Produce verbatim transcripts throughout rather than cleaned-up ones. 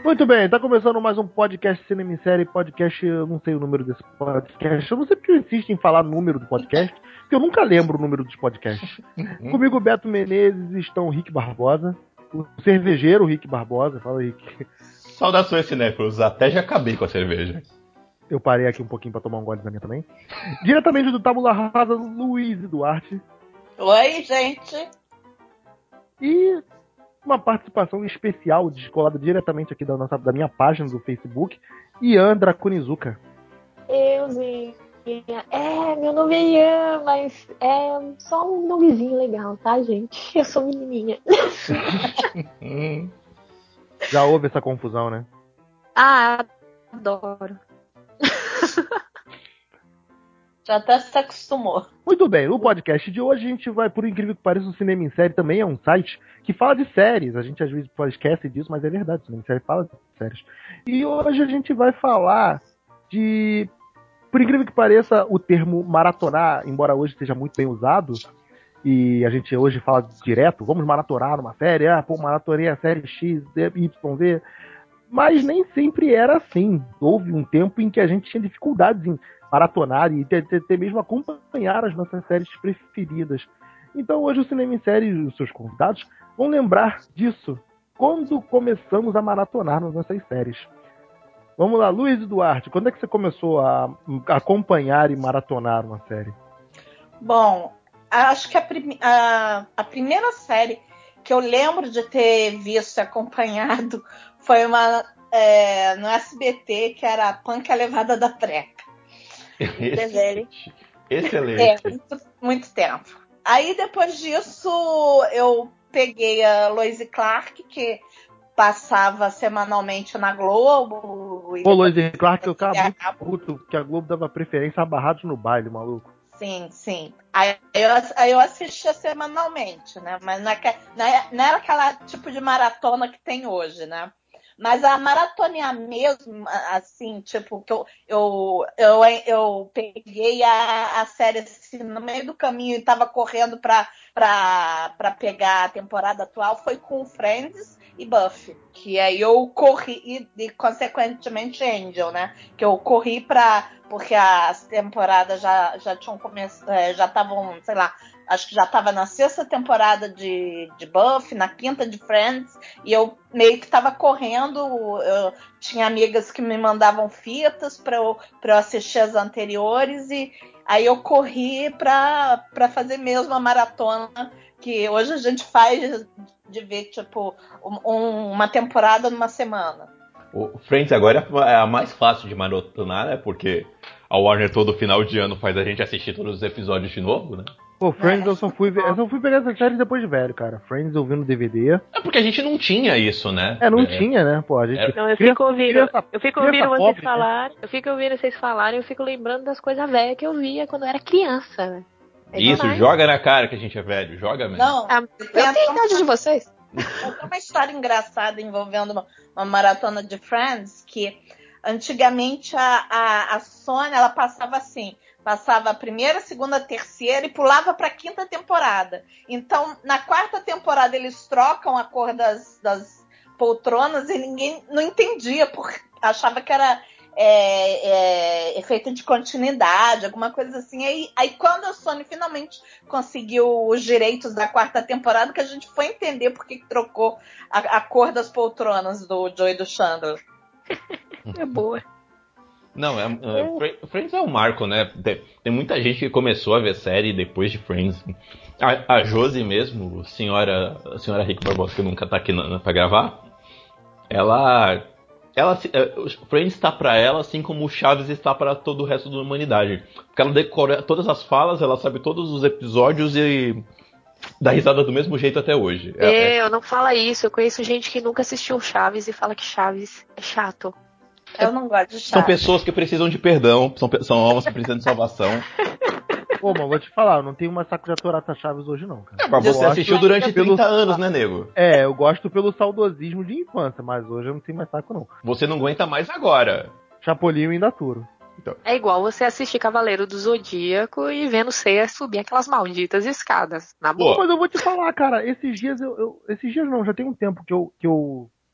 Muito bem, tá começando mais um podcast Cinema em Série, podcast, eu não sei o número desse podcast, eu não sei porque eu insisto em falar número do podcast, porque eu nunca lembro o número dos podcasts. Comigo, Beto Menezes, estão o Rick Barbosa, o cervejeiro Rick Barbosa, fala Rick. Saudações, cinéfilos, até já acabei com a cerveja. Eu parei aqui um pouquinho pra tomar um gole da minha também. Diretamente do Tábula Rasa, Luiz Duarte. Oi, gente. E uma participação especial, descolada diretamente aqui da, nossa, da minha página do Facebook, Ian Draconizuka. Euzinha. É, meu nome é Ian, mas é só um nomezinho legal, tá, gente? Eu sou menininha. Já houve essa confusão, né? Ah, adoro. Já até se acostumou. Muito bem, no podcast de hoje a gente vai, por incrível que pareça, o Cinema em Série também é um site que fala de séries. A gente às vezes esquece disso, mas é verdade, o Cinema em Série fala de séries. E hoje a gente vai falar de, por incrível que pareça, o termo maratonar, embora hoje seja muito bem usado, e a gente hoje fala direto, vamos maratonar uma série, ah, pô, maratonei a série X, Y, Z, mas nem sempre era assim. Houve um tempo em que a gente tinha dificuldades em maratonar e até, até mesmo acompanhar as nossas séries preferidas. Então hoje o Cinema em Série e os seus convidados vão lembrar disso quando começamos a maratonar nas nossas séries. Vamos lá, Luiz Duarte, quando é que você começou a acompanhar e maratonar uma série? Bom, acho que a, prim- a, a primeira série que eu lembro de ter visto e acompanhado foi uma é, no S B T, que era Punk a Levada da Treca. Excelente. É, muito, muito tempo. Aí depois disso eu peguei a Lois e Clark, que passava semanalmente na Globo. Pô, Lois e Clark, eu ficava muito puto, porque a Globo dava preferência a Barrados no Baile, maluco. Sim, sim. Aí eu, aí eu assistia semanalmente, né? Mas não, é que, não, é, não era aquela tipo de maratona que tem hoje, né? Mas a maratonia mesmo, assim, tipo, que eu, eu, eu, eu peguei a, a série assim, no meio do caminho e tava correndo pra, pra, pra pegar a temporada atual, foi com Friends e Buffy. Que aí eu corri, e, e consequentemente Angel, né? Que eu corri pra... Porque as temporadas já, já tinham começado, já estavam, sei lá, acho que já estava na sexta temporada de, de Buffy, na quinta de Friends, e eu meio que estava correndo, eu tinha amigas que me mandavam fitas para eu, pra eu assistir as anteriores, e aí eu corri para fazer mesmo a maratona, que hoje a gente faz de ver, tipo, um, uma temporada numa semana. O Friends agora é a mais fácil de maratonar, né? Porque a Warner todo final de ano faz a gente assistir todos os episódios de novo, né? Pô, Friends eu só fui ver, eu só fui pegar essa série depois de velho, cara. Friends eu vi no D V D. É porque a gente não tinha isso, né? É, não é. tinha, né? Pô, a gente... É. Não, eu fico ouvindo, criança, eu fico ouvindo vocês pobre, falarem, né? eu fico ouvindo vocês falarem, eu fico lembrando das coisas velhas que eu via quando eu era criança, né? É isso, demais. Joga na cara que a gente é velho, joga mesmo. Não, ah, eu tenho a idade de vocês. Tem uma história engraçada envolvendo uma, uma maratona de Friends, que antigamente a, a, a Sony, ela passava assim, passava a primeira, segunda, terceira e pulava para a quinta temporada. Então, na quarta temporada eles trocam a cor das, das poltronas e ninguém não entendia, porque achava que era é, é, efeito de continuidade, alguma coisa assim. Aí, aí quando a Sony finalmente conseguiu os direitos da quarta temporada, que a gente foi entender por que trocou a, a cor das poltronas do Joey e do Chandler. É boa. Não, é, é, Friends é um marco, né? Tem, tem muita gente que começou a ver série depois de Friends. A, a Josi mesmo, senhora, a senhora Rick Barbosa, que nunca tá aqui na, na, pra gravar, ela... ela Friends está pra ela, assim como o Chaves está para todo o resto da humanidade. Porque ela decora todas as falas, ela sabe todos os episódios e dá risada do mesmo jeito até hoje. É, é... não fala isso. Eu conheço gente que nunca assistiu Chaves e fala que Chaves é chato. Eu não gosto de Chaves. São pessoas que precisam de perdão, são, são almas que precisam de salvação. Pô, mas vou te falar, eu não tenho mais saco de aturar Chaves hoje não, cara. É, mas você eu assistiu durante pelo... trinta anos, né, nego? É, eu gosto pelo saudosismo de infância, mas hoje eu não tenho mais saco não. Você não aguenta mais agora. Chapolin eu ainda aturo. Então. É igual você assistir Cavaleiro do Zodíaco e vendo Seiya subir aquelas malditas escadas. Na boa. Mas eu vou te falar, cara, esses dias eu, eu... Esses dias não, já tem um tempo que eu, que eu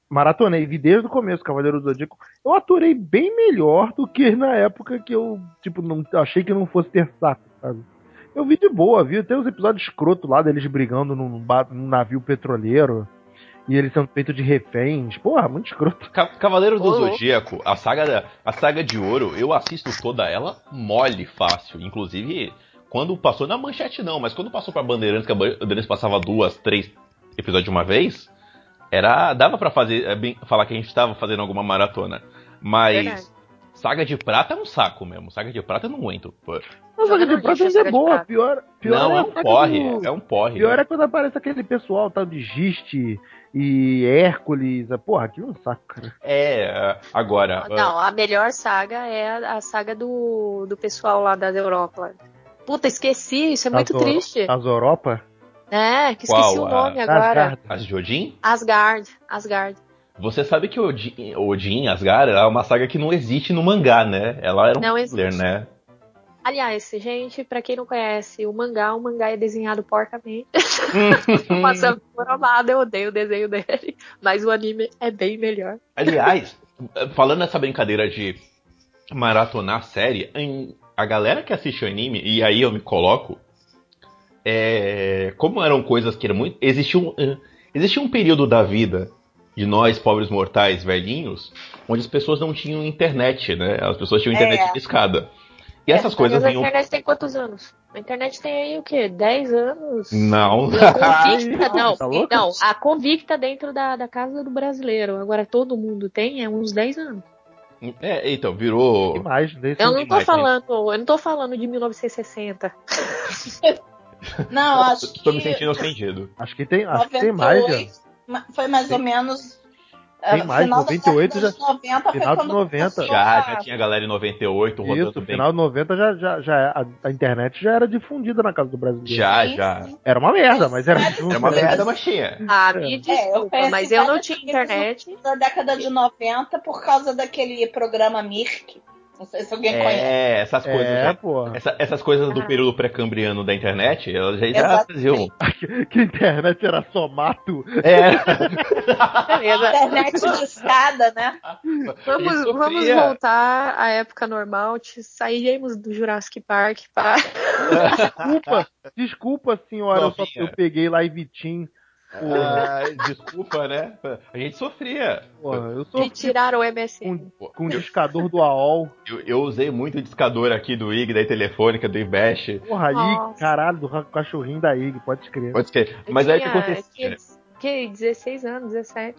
maratonei, vi desde o começo Cavaleiro do Zodíaco. Eu aturei bem melhor do que na época que eu, tipo, não, achei que não fosse ter saco, sabe? Eu vi de boa, vi até os episódios escroto lá deles brigando num, num navio petroleiro e eles sendo feitos de reféns. Porra, muito escroto. Cavaleiro do Zodíaco, a saga, a saga de ouro, eu assisto toda ela mole, fácil. Inclusive, quando passou na Manchete não, mas quando passou pra Bandeirantes, que a Bandeirantes passava duas, três episódios de uma vez, era, dava pra fazer, bem, falar que a gente estava fazendo alguma maratona. Mas Verdade. Saga de Prata é um saco mesmo. Saga de Prata eu não aguento. Pô. A Saga de Prata ainda é boa. Pior, pior não, é, é um porre. Do... É um porre. Pior é quando aparece aquele pessoal tal de Giste e Hércules. Porra, aquilo é um saco, cara. É, agora... Não, a melhor saga é a, a saga do, do pessoal lá da Europa. Puta, esqueci. Isso é muito as triste. As Europa? É, que esqueci Qual? o nome a... agora. As de Odin? Asgard. Asgard. Você sabe que Odin, Odin Asgard é uma saga que não existe no mangá, né? Ela era um não filler, existe. né? Aliás, gente, pra quem não conhece o mangá, o mangá é desenhado porcamente. Passando por amada, eu odeio o desenho dele. Mas o anime é bem melhor. Aliás, falando nessa brincadeira de maratonar série, a galera que assiste o anime, e aí eu me coloco, é, como eram coisas que eram muito... Existia um, existia um período da vida de nós, pobres mortais velhinhos, onde as pessoas não tinham internet, né? As pessoas tinham internet É. de escada. E essas Mas coisas a vinham... internet tem quantos anos? A internet tem aí o quê? dez anos? Não. E a convicta, não, Tá louca? não, a convicta dentro da, da casa do brasileiro. Agora todo mundo tem, é uns dez anos. É, então, virou... Que mais, desse Eu não tô demais, falando, eu não tô falando de mil novecentos e sessenta. Não, acho que Tô me sentindo ofendido. Acho que tem, acho que tem mais, já. noventa e oito ma- foi mais ou menos. Tem uh, mais, final noventa e oito da década de noventa foi final de quando noventa. começou Já, a- já tinha galera em noventa e oito rodando Isso, no bem. final de noventa já, já, já é- a, a internet já era difundida na casa do brasileiro. Já, Sim, já. sim. Era uma merda, mas era Era junto. Era uma né? merda, mas tinha. Ah, É. me É, eu desculpa, conheci mas eu não vários tinha amigos internet. da década de noventa por causa daquele programa Mirk. Não sei se alguém conhece. É, essas coisas É, já... pô. Essa- essas coisas do Ah. período pré-cambriano da internet, elas já, já Exatamente. faziam. Que a internet era só mato. É. Beleza. Internet de escada, né? Vamos, Isso vamos cria- voltar à época normal. te- Sairemos do Jurassic Park para. Desculpa, desculpa, senhora, eu, só, Novinha. eu peguei lá e Vitim. Ah, desculpa, né? A gente sofria. Porra, eu sou E tiraram o M S N. com, com o discador do A O L. Eu, eu usei muito o discador aqui do I G, da Telefônica, do Ibash. Porra, aí, Nossa. caralho, do ra- cachorrinho da I G, pode escrever. Pode ser. Eu Mas aí o que tinha- acontecia? tinha Que dezesseis anos, dezessete.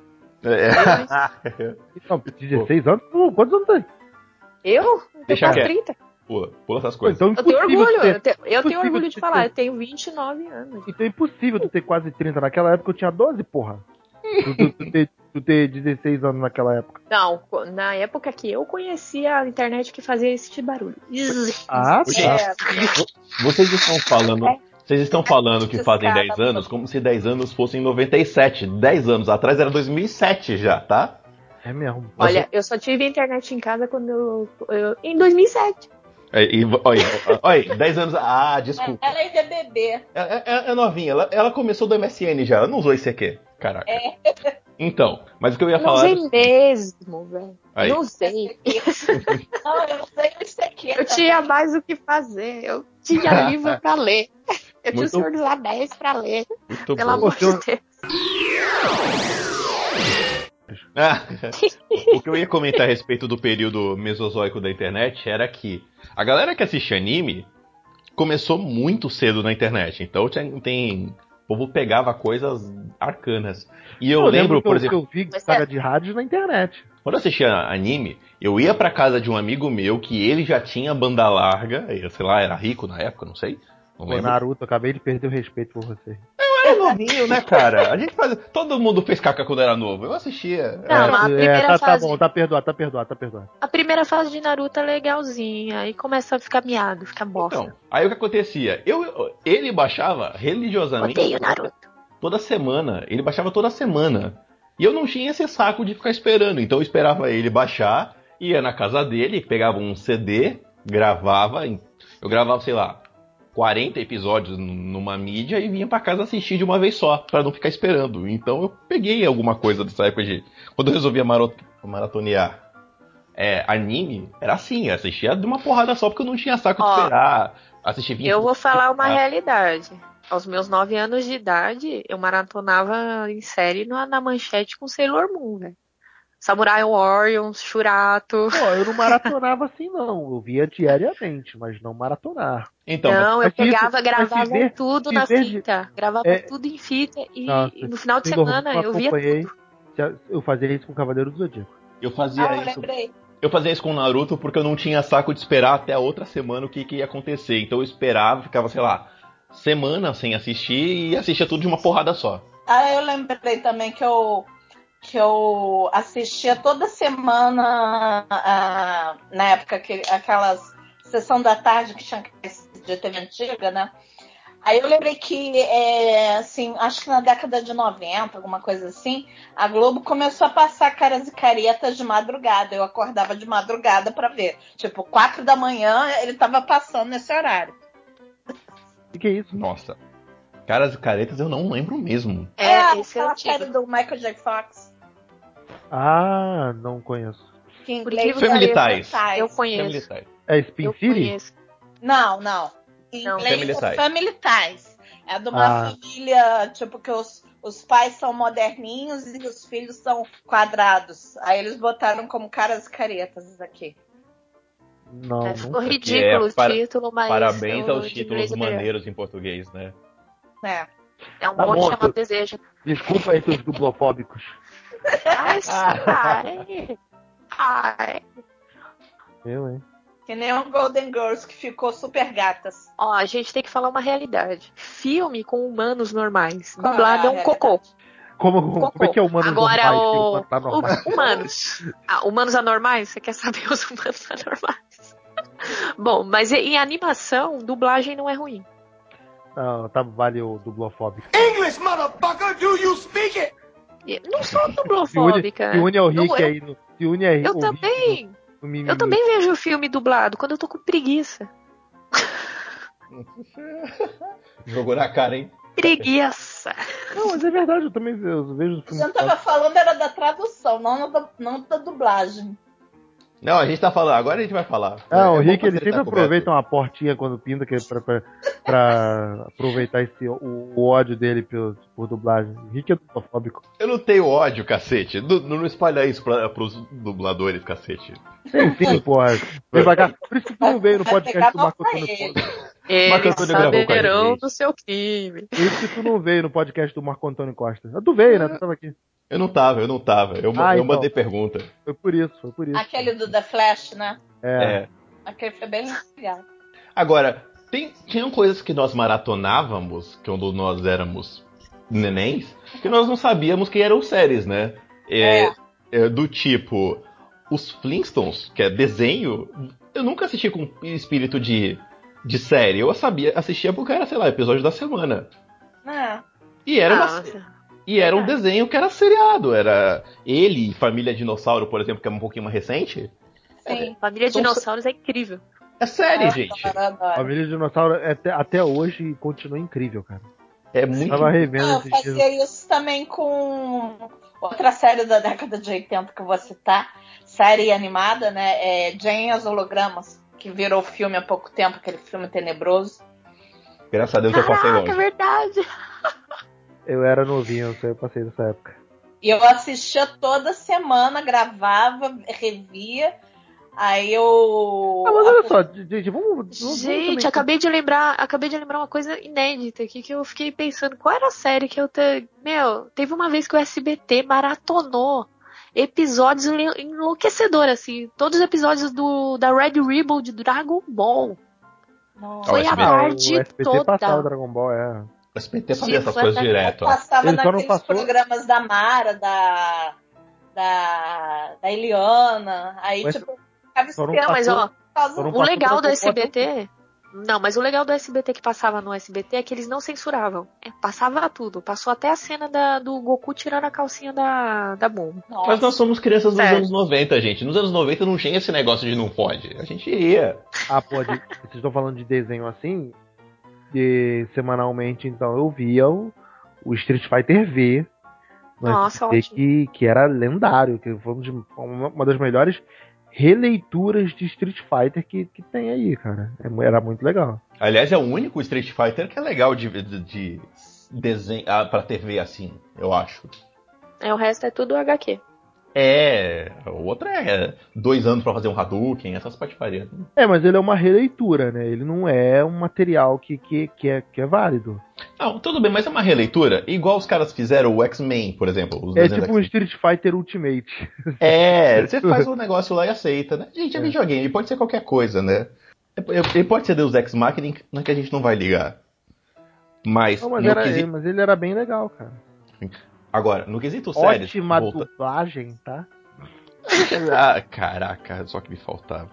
É. Não, dezesseis anos? Pô, quantos anos tem? Eu? Eu tenho Deixa quase quieto. trinta. Pula, pula essas Pô, coisas. então Eu tenho impossível orgulho, tu eu ter, tenho, eu tenho impossível orgulho de tu falar, ter- eu tenho vinte e nove anos. Então é impossível tu ter quase trinta. Naquela época eu tinha doze, porra. Tu, tu, tu, ter, tu ter dezesseis anos naquela época. Não, na época que eu conhecia a internet que fazia esse tipo de barulho. Ah, Gente, tá. É, Vocês estão falando. Vocês estão falando que fazem Descada, dez anos como se dez anos fossem noventa e sete. dez anos atrás era dois mil e sete já, tá? É mesmo. Olha, eu só tive internet em casa quando eu. eu- em dois mil e sete. É, e, olha, olha, dez anos. Ah, desculpa. ela ainda é bebê. É, é- é novinha, ela, ela começou do M S N já, ela não usou I C Q. Caraca. É. Então, mas o que eu ia Não falar. usei mesmo, velho. Aí. Não usei. Não, eu sei isso aqui. Eu tinha mais o que fazer. Eu tinha livro pra ler. Eu tinha o Muito- Senhor dos Anéis pra ler. Muito Pelo bom. amor de Senhor- Deus. Ah, o que eu ia comentar a respeito do período mesozoico da internet era que a galera que assiste anime começou muito cedo na internet. Então tinha- tem. O povo pegava coisas arcanas. E eu, lembro, que por eu, exemplo, que eu vi Mas saga é. de rádio na internet. quando eu assistia anime, eu ia pra casa de um amigo meu que ele já tinha banda larga, eu sei lá, era rico na época, não sei. Não Pô, lembro. Naruto, eu acabei de perder o respeito por você. É novinho, né, cara? A gente faz... Todo mundo fez caca quando era novo. Eu assistia. Não, mas a primeira é, tá, tá fase- bom, tá perdoado, tá perdoado, tá perdoado. A primeira fase de Naruto é legalzinha. Aí começa a ficar miado, fica bosta. Então, aí o que acontecia? Eu, ele baixava religiosamente Odeio Naruto. toda semana. Ele baixava toda semana. E eu não tinha esse saco de ficar esperando. Então eu esperava ele baixar, ia na casa dele, pegava um C D, gravava. em- Eu gravava, sei lá, quarenta episódios numa mídia e vinha pra casa assistir de uma vez só, pra não ficar esperando. Então eu peguei alguma coisa dessa época de... Quando eu resolvia maratonear é, anime, era assim, eu assistia de uma porrada só porque eu não tinha saco de Ó, esperar. Assisti vinte Eu vou falar uma ah. realidade. Aos meus nove anos de idade, eu maratonava em série na, na manchete com Sailor Moon, velho. Samurai Warriors, Shurato. Pô, eu não maratonava assim, não. Eu via diariamente, mas não maratonar. Então, não, mas eu pegava, isso- mas gravava se ver- tudo se na ver de- fita. Gravava É- tudo em fita e, Nossa, e no final de Sailor Moon semana eu eu via acompanhei. tudo. Já- Eu fazia isso com o Cavaleiro do Zodíaco. eu fazia Ah, eu isso. lembrei. Eu fazia isso com o Naruto porque eu não tinha saco de esperar até a outra semana o que, que ia acontecer. Então eu esperava, ficava, sei lá, semana sem assistir e assistia tudo de uma porrada só. Ah, eu lembrei também que eu, que eu assistia toda semana, ah, na época, que, aquelas sessão da tarde que tinha de T V antiga, né? Aí eu lembrei que, é, assim, acho que na década de noventa, alguma coisa assim, a Globo começou a passar Caras e Caretas de madrugada. Eu acordava de madrugada pra ver. Tipo, quatro da manhã ele tava passando nesse horário. O que é isso? Nossa. Caras e Caretas eu não lembro mesmo. É, esse é aquela antigo. série do Michael J. Fox. Ah, não conheço. Que em Por inglês incrível Family é Ties. Family Eu Ties. conheço. Family Ties. É Spin Eu City? conheço. Não, não. Em Não. inglês Family é Ties. Family Ties. É de uma Ah. família, tipo, que os, os pais são moderninhos e os filhos são quadrados. Aí eles botaram como Caras e Caretas aqui. Não, É, não ficou sei. ridículo É, o para- título, mas. Parabéns o aos de títulos inglês é melhor. maneiros em português, né? É. É um Tá monte bom, chamado tu- desejo. Desculpa aí seus dublofóbicos. Ai, ai, ai. Eu, hein? Que nem o Golden Girls, que ficou super gatas. Ó, a gente tem que falar uma realidade. Filme com humanos normais. Qual Dublado é é a um cocô. realidade? Como, Cocô. como é que é o humano Agora, normais? que o... humano tá normal? o- humanos. Ah, humanos anormais? Você quer saber os humanos anormais? Bom, mas em animação, dublagem não é ruim. Não, tá, vale o dublofóbico. English, motherfucker, do you speak it? E não sou Se une, dublofóbica. se une ao Não, Rick eu- aí. No, se une aí, Eu ao também. Rick no, no mimimi. Eu também vejo filme dublado quando eu tô com preguiça. Jogou na cara, hein? Preguiça. Não, mas é verdade, eu também vejo, eu vejo O que filme. eu tava falando era da tradução, não da, não da dublagem. Não, a gente tá falando, agora a gente vai falar. Ah, É o bom Rick ele facilitar sempre a conversa. aproveita uma portinha quando pinta que é pra, pra, pra aproveitar esse, o, o ódio dele por, por dublagem. O Rick é dublofóbico. Eu não tenho ódio, cacete. Não, não espalha isso pra, pros dubladores, cacete. Sim, sim, porra. Vem pra cá. Por isso que tu não veio no Vai podcast pegar do Marco mal pra Antônio ele. Costa. Marco Eles Antônio gravou com a saberão gente. do seu crime. Por isso que tu não veio no podcast do Marco Antônio Costa. Ah, tu veio, né? Tu tava aqui. Eu não tava, eu não tava. Eu, Ah, eu então. mandei pergunta. Foi por isso, foi por isso. Aquele do The Flash, né? É. É. Aquele foi bem legal. Agora, tem, tinham coisas que nós maratonávamos, quando nós éramos nenéns, que nós não sabíamos que eram séries, né? É, É. é, do tipo, os Flintstones, que é desenho, eu nunca assisti com espírito de, de série. Eu sabia, assistia porque era, sei lá, episódio da semana. É. E era, uma, Nossa. e era um desenho que era seriado. Era ele, Família Dinossauro, por exemplo, que é um pouquinho mais recente. Sim. Família São- Dinossauros é incrível. É série, Eu gente. adoro, adoro. Família de Dinossauro é até, até hoje continua incrível, cara. É Eu muito. tava revendo Ah, eu esses dias. fazia isso também com outra série da década de oitenta que eu vou citar, série animada, né? É Jane e as Hologramas, que virou filme há pouco tempo, aquele filme tenebroso. Graças a Deus eu passei Caraca, é longe. verdade. Eu era novinho, eu passei dessa época. E eu assistia toda semana, gravava, revia. Aí eu. Ah, mas olha só, gente, vamos. vamos- vamos Gente, também- acabei de lembrar, acabei de lembrar uma coisa inédita aqui que eu fiquei pensando, qual era a série que eu te... Meu, teve uma vez que o S B T maratonou episódios enlo- enlouquecedores, assim, todos os episódios do da Red Ribbon de Dragon Ball. Nossa. Foi o a S B T. Ah, o tarde S B T passava o toda. Dragon Ball, é. O S B T fazia Sim, essas foi coisas até- direto. ó. Passava Ele só não naqueles passou- programas da Mara, da. Da. Da Eliana. Aí, Mas- tipo, ficava só não esperando. Não, mas ó, por causa só não o passou legal do Dragon S B Ball T... Não, mas o legal do S B T que passava no S B T é que eles não censuravam. É, passava tudo. Passou até a cena da- do Goku tirando a calcinha da, da Bulma. Nossa. Mas nós somos crianças dos Sério. anos noventa, gente. Nos anos noventa não tinha esse negócio de não pode. A gente ia. Ah, pode. Vocês estão falando de desenho assim? E, semanalmente, então, eu via o, o Street Fighter V. Nossa, que, ótimo. que, que era lendário, que foi um de- uma, uma das melhores releituras de Street Fighter que, que tem aí, cara. É- Era muito legal. Aliás, é o único Street Fighter que é legal de, de, de desenho ah, pra T V assim, eu acho. É, o resto é tudo H Q. É, o outro é dois anos pra fazer um Hadouken, essas patifarias. É, mas ele é uma releitura, né? Ele não é um material que, que, que, é, que é válido. Não, tudo bem, mas é uma releitura. Igual os caras fizeram o X-Men, por exemplo. Os É desenhos tipo um X-Men. Street Fighter Ultimate. É, você faz o negócio lá e aceita, né? Gente, é, É. videogame, ele pode ser qualquer coisa, né? Ele pode ser Deus Ex Machina, não é que a gente não vai ligar. Mas, Não, mas, no era, quesito... mas ele era bem legal, cara. Agora, no quesito séries... Ótima volta- dublagem, tá? Ah, caraca, só que me faltava.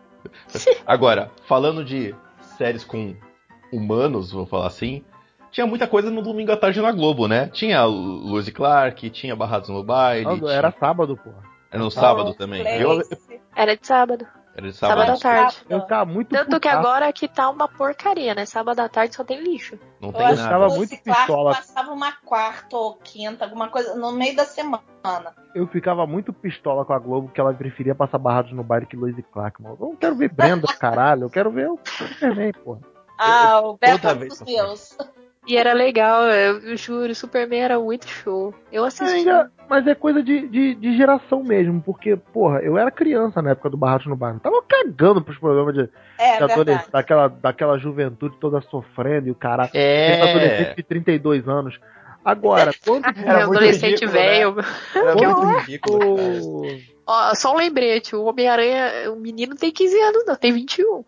Agora, falando de séries com humanos, vou falar assim, tinha muita coisa no domingo à tarde na Globo, né? Tinha Lewis e Clark, tinha Barrados no Baile, Não, tinha... era sábado, porra. era no sábado também. Eu... Era de sábado. Era de Sábado sábado. à tarde. Eu ficava muito Tanto que putaço. agora aqui tá uma porcaria, né? Sábado à tarde só tem lixo. Não Eu tem acho tava nada. que o muito Lucy Clark pistola. passava uma quarta ou quinta, alguma coisa, no meio da semana. Eu ficava muito pistola com a Globo, que ela preferia passar Barrados no Baile que Lois e Clark, mano. Eu não quero ver Brenda, caralho. Eu quero ver o Superman, porra. Ah, o Beto Toda dos vez que eu Deus. E era legal, eu juro, Superman era muito show. Eu assisti. Ainda, mas é coisa de, de, de geração mesmo, porque, porra, eu era criança na época do Barrados no Baile. Tava cagando pros problemas de, É, de adolescente, verdade. daquela, daquela juventude toda sofrendo e o caralho. É. Adolescente de trinta e dois anos. Agora, quando Era muito adolescente ridículo, velho. Era Que muito horror. ridículo, cara. o- Ó, só um lembrete, o Homem-Aranha, o menino tem quinze anos, não, tem vinte e um.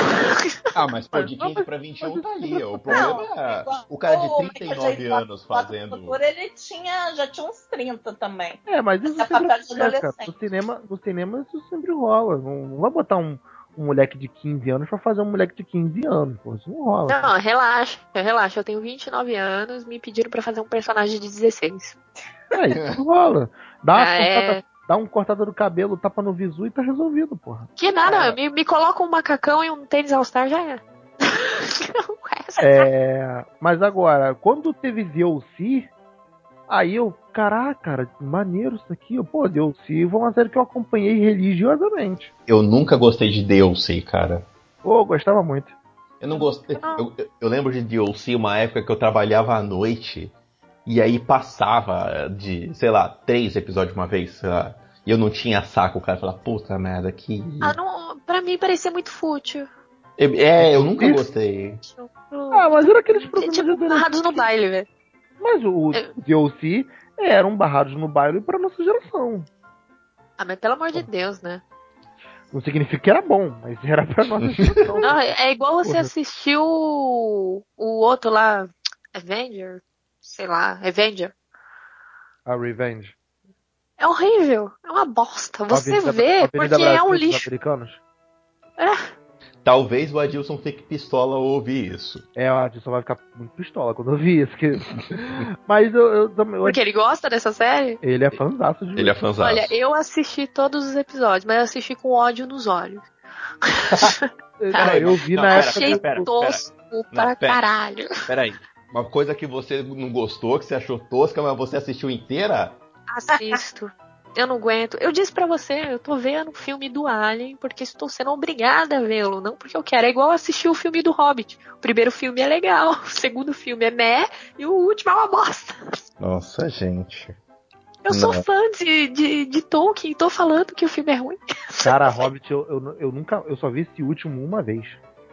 Ah, mas pô, de Não, quinze mas- pra vinte e um mas- tá ali. ó. O problema é igual o cara de o trinta e Michael nove J. anos Fox fazendo. do futuro, ele tinha, já tinha uns trinta também. É, mas isso Esse é sempre papel de acontece, cara. adolescente. No cinema, no cinema isso sempre rola. Não, não vai botar um, um moleque de quinze anos pra fazer um moleque de quinze anos, pô. Isso não rola. Não, relaxa, relaxa, eu tenho vinte e nove anos, me pediram pra fazer um personagem de dezesseis. É, isso não rola. Dá uma Ah, é... cortada, dá um cortada do cabelo, tapa no visu e tá resolvido, porra. Que nada, me, me coloca um macacão e um tênis All-Star já é. O resto- É, mas agora, quando teve D L C, aí eu, caraca, cara, maneiro isso aqui. Eu, pô, D L C foi uma série que eu acompanhei religiosamente. Eu nunca gostei de D L C, cara. Pô, eu gostava muito. Eu não gostei. Eu, eu- eu lembro de D L C uma época que eu trabalhava à noite e aí passava de, sei lá, três episódios uma vez, sei lá. E eu não tinha saco, o cara falava, puta merda, que. Ah, não, pra mim parecia muito fútil. Eu- É, eu nunca Isso. gostei. Ah, mas era aqueles programas Tipo, de adolescente. narrados no baile, velho. Mas o Eu- D L C eram barrados no baile pra nossa geração. Ah, mas pelo amor de Deus, né? Não significa que era bom, mas era pra nossa geração. Não, é igual você Porra. assistir o, o outro lá, Avenger, sei lá, Avenger. A Revenge. É horrível, é uma bosta. Você Avenida- vê, Avenida porque Brasil é um dos lixo. Americanos. Talvez o Adilson fique pistola ao ouvir isso. É, a Adilson vai ficar muito pistola quando eu vi isso. Que... Mas eu, eu também. eu- Porque ele gosta dessa série? Ele é fãzaço de. Ele é fãzaço. Olha, eu assisti todos os episódios, mas eu assisti com ódio nos olhos. Não, Peraí, eu vi não, na pera, época. Achei do- pera, pera. tosco pra Não, pera. caralho. Peraí. Uma coisa que você não gostou, que você achou tosca, mas você assistiu inteira? Assisto. Eu não aguento. Eu disse pra você, eu tô vendo o filme do Alien porque estou sendo obrigada a vê-lo, não porque eu quero. É igual assistir o filme do Hobbit. O primeiro filme é legal, o segundo filme é meh e o último é uma bosta. Nossa, gente. Eu sou Não. fã de, de, de Tolkien e tô falando que o filme é ruim. Cara, Hobbit, eu, eu, eu nunca. Eu só vi esse último uma vez.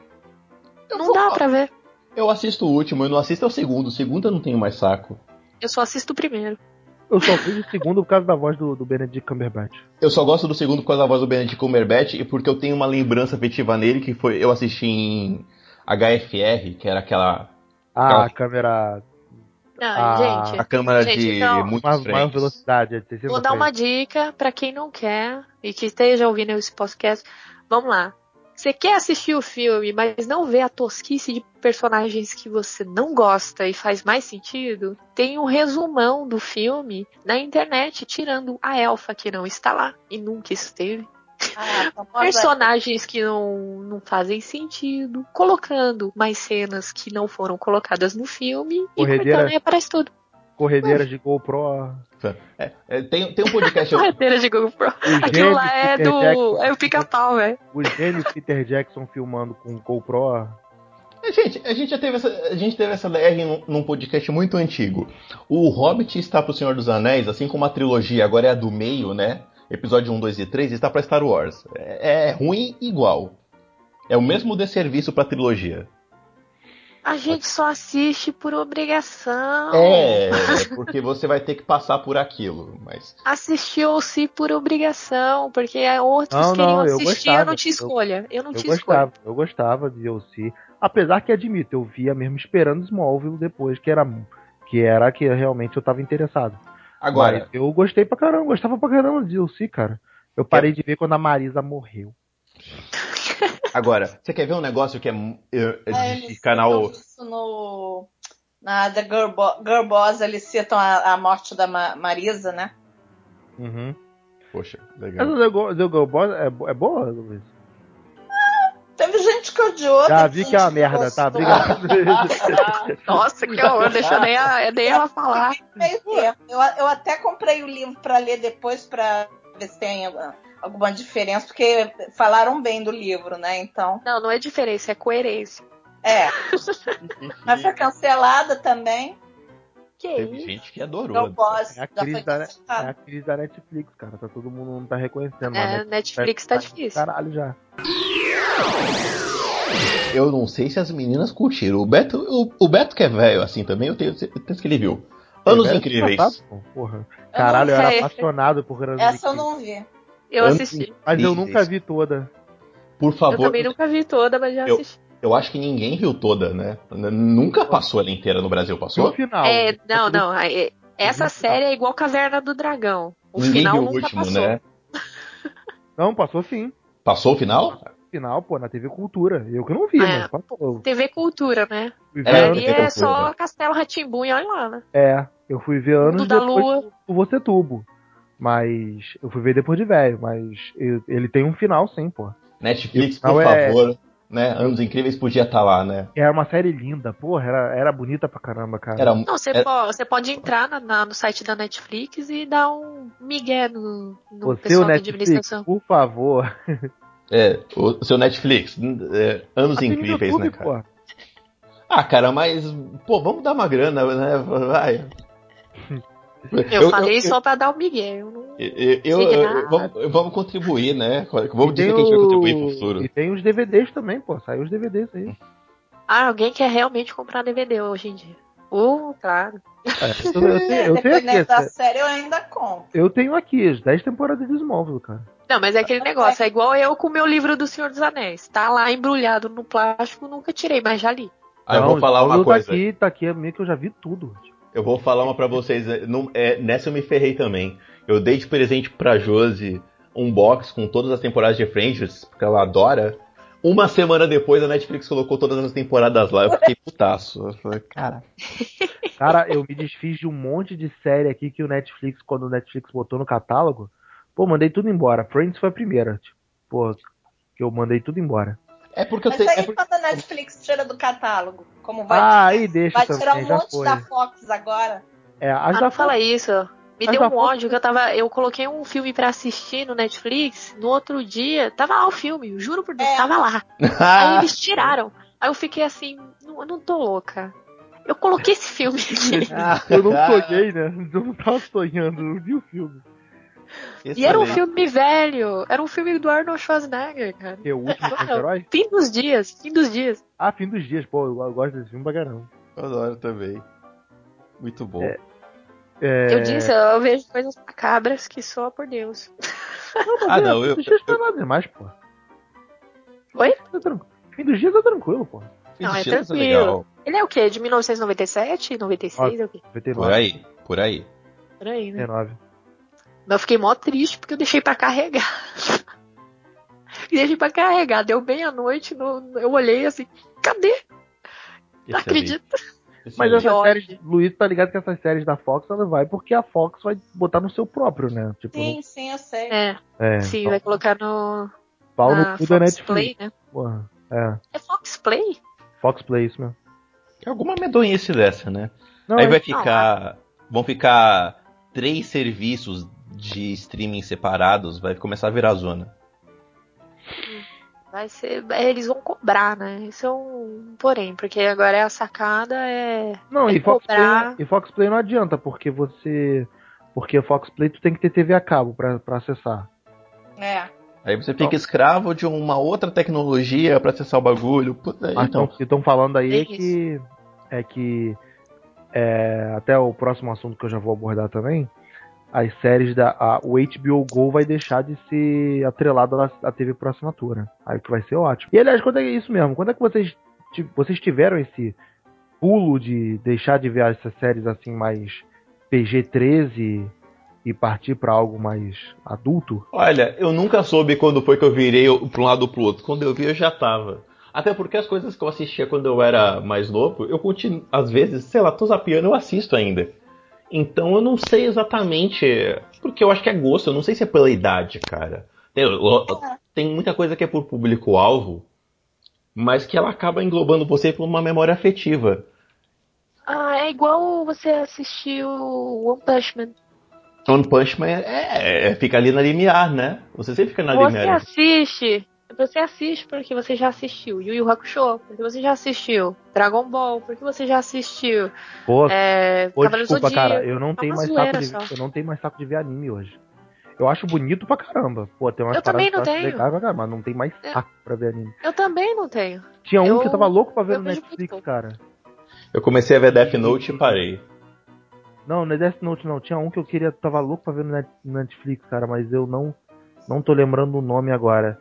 Eu Não vou- dá pra ver. Eu assisto o último, eu não assisto o segundo. O segundo eu não tenho mais saco. Eu só assisto o primeiro. Eu só fiz o segundo por causa da voz do, do Benedict Cumberbatch. Eu só gosto do segundo por causa da voz do Benedict Cumberbatch e porque eu tenho uma lembrança afetiva nele que foi eu assisti em H F R, que era aquela Ah, Aquela- a câmera. Não, Ah, gente, a câmera Gente, de não. muitos Maior, maior frames. velocidade. é sessenta vou dar uma frames. dica pra quem não quer e que esteja ouvindo esse podcast. Vamos lá. Você quer assistir o filme, mas não vê a tosquice de personagens que você não gosta e faz mais sentido? Tem um resumão do filme na internet, tirando a elfa que não está lá e nunca esteve. Ah, famosa- Personagens que não, não fazem sentido, colocando mais cenas que não foram colocadas no filme e Corredeira. cortando e aparece tudo. Corredeiras de GoPro. É, é, tem, tem um podcast. Corredeira de GoPro. O Aquilo gênio lá é Peter do. Jackson. É o pica-pau, velho. O gênio Peter Jackson filmando com GoPro. Gente, a gente já teve essa, a gente teve essa D R num, num podcast muito antigo. O Hobbit está pro Senhor dos Anéis, assim como a trilogia agora é a do meio, né? Episódio um, dois e três está pra Star Wars. É, é ruim igual. É o mesmo desserviço pra trilogia. A gente só assiste por obrigação. É, porque você vai ter que passar por aquilo, mas... Assistiu-se por obrigação, porque outros Não, queriam não, eu assistir, eu gostava. não tinha escolha. Eu não Eu tinha gostava, escolha. eu gostava de O C. Apesar que admito, eu via mesmo esperando Smallville depois, que era que era que realmente eu tava interessado. Agora, Mas eu gostei pra caramba, gostava pra caramba de O C, cara. Eu parei de ver quando a Marisa morreu. agora, você quer ver um negócio que é, é, é É, de eles canal... citam isso no, na The Girl, Bo- Girl Boss, eles citam a, a morte da Ma- Marisa, né? Uhum. Poxa, Mas legal. o The Go- The Go Boss é, bo- é boa, Luiz? Teve gente que odiou. Já teve vi gente que é uma merda, tá? gostou. Obrigado. Nossa, que horror, deixa nem, a, nem ela falar. Meio termo. Eu, eu até comprei o livro pra ler depois pra ver se tem alguma, alguma diferença, porque falaram bem do livro, né? Então, Não, não é diferença, é coerência. é. Mas foi cancelada também. Que Teve isso? gente que adorou. Girl Boss É a já crise foi da, é cancelada. a crise da Netflix, cara. Tá todo mundo não tá reconhecendo. mas É, a Netflix tá difícil. Caralho já. Eu não sei se as meninas curtiram. O Beto, o, o Beto que é velho assim também, eu tenho certeza que ele viu. Anos Velho, Incríveis. passado, pô, Porra. Caralho, eu não era sei. apaixonado por Anos Essa eu Incríveis. não vi. Eu Anos assisti. Mas eu Incríveis. nunca vi toda. Por Eu favor, também nunca vi toda, mas já Eu- assisti. eu acho que ninguém viu toda, né? N- Nunca passou ela inteira no Brasil, No passou? final. É, não, Aquele- não. é- Essa série é igual Caverna do Dragão. O ninguém final viu o nunca último, passou. né? Não, passou sim. Passou o final? Final, pô, na T V Cultura. Eu que não vi, É, mas passou. T V Cultura, né? Fui ver É, anos- Ali T V é Cultura. só Castelo Rá-Tim-Bum e olha lá, né? É, eu fui ver anos Mundo da depois Lua. do Você Tubo. Mas eu fui ver depois de velho, mas eu- ele tem um final sim, pô. Netflix, E o por final é- favor. Né? Anos Incríveis podia estar lá, né? Era uma série linda, porra, era, era bonita pra caramba, cara. Era, Não, você, era- pode, você pode entrar na- na- no site da Netflix e dar um migué no, no Você, o pessoal da Netflix, administração. por favor. é, o seu Netflix. é, Anos Assine no Incríveis, YouTube, né, cara? pô. Ah, cara, mas, pô, vamos dar uma grana, né? Vai. Eu, falei só pra dar o migué. Eu não... Eu, eu- Sei de eu- nada. vamos, vamos contribuir, né? Vamos E dizer tem que a gente vai o- contribuir pro futuro. E tem os D V Ds também, pô. Saiu os D V Ds aí. Ah, alguém quer realmente comprar D V D hoje em dia. Uh, claro. É, eu, eu tenho, eu tenho aqui. Dependendo da essa- série, eu ainda compro. Eu tenho aqui as dez temporadas de Smallville, cara. Não, mas é aquele negócio, é igual eu com o meu livro do Senhor dos Anéis. Tá lá embrulhado no plástico, nunca tirei, mas já li. Ah, eu Não, vou falar uma Smallville coisa. Tá aqui, tá aqui, é meio que eu já vi tudo. Eu vou falar uma pra vocês. é, não- é, nessa eu me ferrei também. Eu dei de presente pra Josi um box com todas as temporadas de Friends, porque ela adora. Uma semana depois a Netflix colocou todas as temporadas lá. Eu fiquei putaço. Eu falei, cara. Cara, eu me desfiz de um monte de série aqui que o Netflix, quando o Netflix botou no catálogo, pô, mandei tudo embora. Friends foi a primeira. Tipo, pô, que eu mandei tudo embora. É porque eu Mas tenho. aí É porque... quando a Netflix tira do catálogo, como vai, Ah, aí deixa vai também, tirar um já monte foi. da Fox agora. É, Ah, as não da fala isso. Me Mas deu da um Fox- ódio que eu tava. Eu coloquei um filme pra assistir no Netflix. No outro dia, tava lá o filme, juro por Deus, É. tava lá. Aí eles tiraram. Aí eu fiquei assim, não, eu não tô louca. Eu coloquei esse filme aqui. Eu não sonhei, né? Eu não tava sonhando, eu vi o filme. E era um Excelente. filme velho. Era um filme do Arnold Schwarzenegger, cara. Que é o último herói? Fim dos dias, fim dos dias. Ah, Fim dos Dias, pô, eu, eu gosto desse filme pra caramba. Eu adoro também. Muito bom. É. É... Eu disse, eu vejo coisas macabras que só por Deus. Ah, não, Fim eu. dos Dias não eu- é nada demais, pô. Oi? Tá tranquilo. Fim dos Dias é tranquilo, pô. Não, é Fim dos Dias tranquilo. legal. Ele é o quê? De mil novecentos e noventa e sete? noventa e seis? É o quê? noventa e Por nove. aí, por aí. Por aí, né? noventa e nove. Mas eu fiquei mó triste porque eu deixei pra carregar. Deixei pra carregar. Deu bem à noite, no- eu olhei assim, cadê? Não Excelente. acredito. Mas Sim. essas Que séries, ódio. Luiz tá ligado que essas séries da Fox, ela vai porque a Fox vai botar no seu próprio, né? Tipo, Sim, sim, eu sei. É, não- é, sim, então, vai colocar no pau na no cu da Fox Play, Netflix. né? Porra, é, É Fox Play? Fox Play, isso mesmo. Alguma medonhice dessa, né? Não, Aí é- vai ficar. Vão ficar três serviços de streaming separados, vai começar a virar zona. Vai ser. Eles vão cobrar, né? Isso é um porém, porque agora a sacada é. Não, é e Fox, Play, cobrar. e Fox Play não adianta, porque você. Porque Fox Play tu tem que ter T V a cabo pra, pra acessar. É. Aí você fica escravo de uma outra tecnologia pra acessar o bagulho. Puta, Mas então. o que estão falando aí Tem é que. É que. É, até o próximo assunto que eu já vou abordar também. As séries da. A, o H B O Go vai deixar de ser atrelado à, à T V por assinatura. Aí que vai ser ótimo. E aliás, quando é isso mesmo? Quando é que vocês, ti- vocês tiveram esse pulo de deixar de ver essas séries assim mais P G treze e partir pra algo mais adulto? Olha, eu nunca soube quando foi que eu virei pra um lado ou pro outro. Quando eu vi, eu já tava. Até porque as coisas que eu assistia quando eu era mais novo, eu continuo, às vezes, sei lá, tô zapeando, eu assisto ainda. Então eu não sei exatamente, porque eu acho que é gosto, eu não sei se é pela idade, cara. Tem, tem muita coisa que é por público-alvo, mas que ela acaba englobando você por uma memória afetiva. Ah, é igual você assistir o One Punch Man. One Punch Man é, é, fica ali na limiar, né? Você sempre fica na Você limiar. assiste. Você assiste porque você já assistiu Yu Yu Hakusho, porque você já assistiu Dragon Ball, porque você já assistiu Pô, é, pô Cavaleiro desculpa, Zodíaco. cara, eu não tenho uma mais zoeira saco de, só. eu não tenho mais saco de ver anime hoje. Eu acho bonito pra caramba. Pô, tem umas Eu também paradas não que eu acho tenho. legais pra caramba, mas não tem mais É. saco pra ver anime. Eu também não tenho. Tinha um Eu- que eu tava louco pra ver eu no vejo Netflix, muito pouco. cara. Eu comecei a ver Death Note e parei. Não, não é Death Note não. Tinha um que eu queria, tava louco pra ver no Net- no Netflix, cara, mas eu não não tô lembrando o nome agora.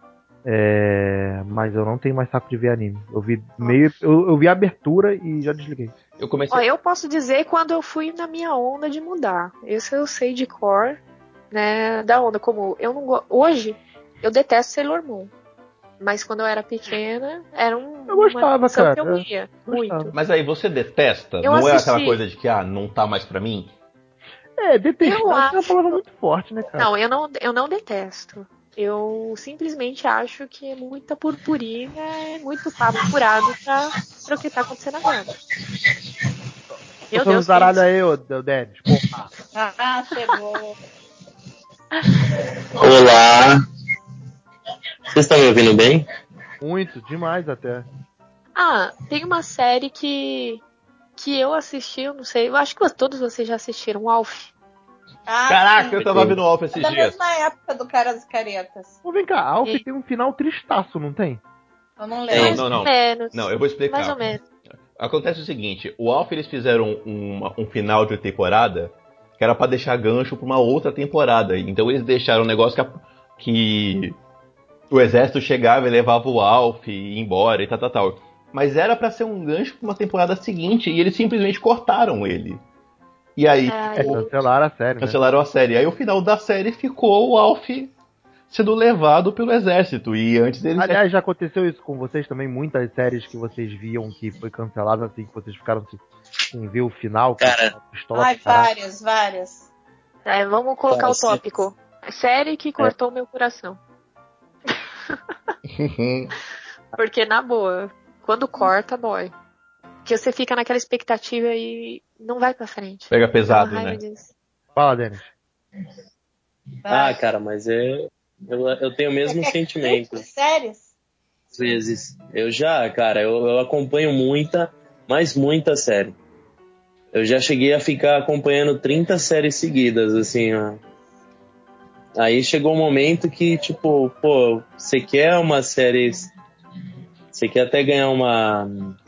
É, mas eu não tenho mais saco de ver anime. Eu vi meio, eu, eu vi a abertura e já desliguei. Eu comecei. Ó, eu posso dizer quando eu fui na minha onda de mudar. Isso eu sei de cor, né? Da onda. Como eu não go... Hoje, eu detesto Sailor Moon. Mas quando eu era pequena, era um. Eu gostava, uma opção cara. que eu ia. Eu gostava. Muito. Mas aí você detesta? Eu não é assisti. aquela coisa de que, ah, não tá mais pra mim? É, detestar Eu é uma acho- palavra muito forte, né, cara? Não, eu não, eu não detesto. Eu simplesmente acho que é muita purpurina, é muito papo furado pra, pra o que tá acontecendo agora. Meu Tô Deus, zaralho pensa. aí, ô ô, Denis. Porra. Ah, chegou. Olá! Vocês estão me ouvindo bem? Muito, demais até. Ah, tem uma série que que eu assisti, eu não sei, eu acho que todos vocês já assistiram, Alf. Ah, Caraca, sim. eu tava vendo o Alf É esses da dias. mesma época do Caras e Caretas. Pô, vem cá, Alf E- tem um final tristaço, não tem? Eu não Não, lembro. Mais não, não. ou menos. Não, eu vou explicar. Mais ou menos. Acontece o seguinte, o Alf eles fizeram uma- um final de temporada que era pra deixar gancho pra uma outra temporada. Então eles deixaram um negócio que, a- que o exército chegava e levava o Alf e ia embora e tal, tal, tal. Mas era pra ser um gancho pra uma temporada seguinte e eles simplesmente cortaram ele. E aí Ah, É, ficou- cancelaram a série, né? cancelaram a série. Aí o final da série ficou o Alf sendo levado pelo exército. E antes eles... Aliás, já aconteceu isso com vocês também? Muitas séries que vocês viam que foi cancelada, assim, que vocês ficaram sem, sem ver o final? com Cara. a pistola Ai, pra caralho. várias, várias. É, vamos colocar Cara, o tópico. Série que cortou meu coração. Porque, na boa, quando corta, dói. Porque você fica naquela expectativa e não vai pra frente. Pega Dá uma pesado, raiva né? disso. Fala, Denis. Ah, cara, mas eu, eu, eu tenho o mesmo Você quer sentimento. críticas, séries? Às vezes. Eu já, cara, eu, eu acompanho muita, mas muita série. Eu já cheguei a ficar acompanhando trinta séries seguidas, assim, ó. Aí chegou um momento que, tipo, pô, você quer uma série. Você quer até ganhar uma.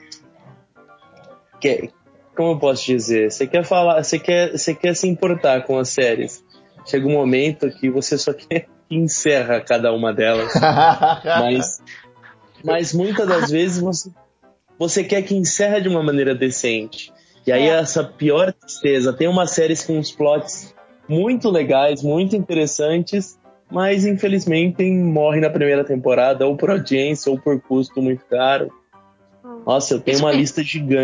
Quer, como eu posso dizer? Você quer falar. Você quer, você quer se importar com as séries. Chega um momento que você só quer que encerra cada uma delas. Mas, mas muitas das vezes você, você quer que encerra de uma maneira decente. E aí É. essa pior tristeza. Tem umas séries com uns plots muito legais, muito interessantes, mas infelizmente morre na primeira temporada, ou por audiência, ou por custo muito caro. Nossa, eu tenho Isso uma mesmo. lista gigante.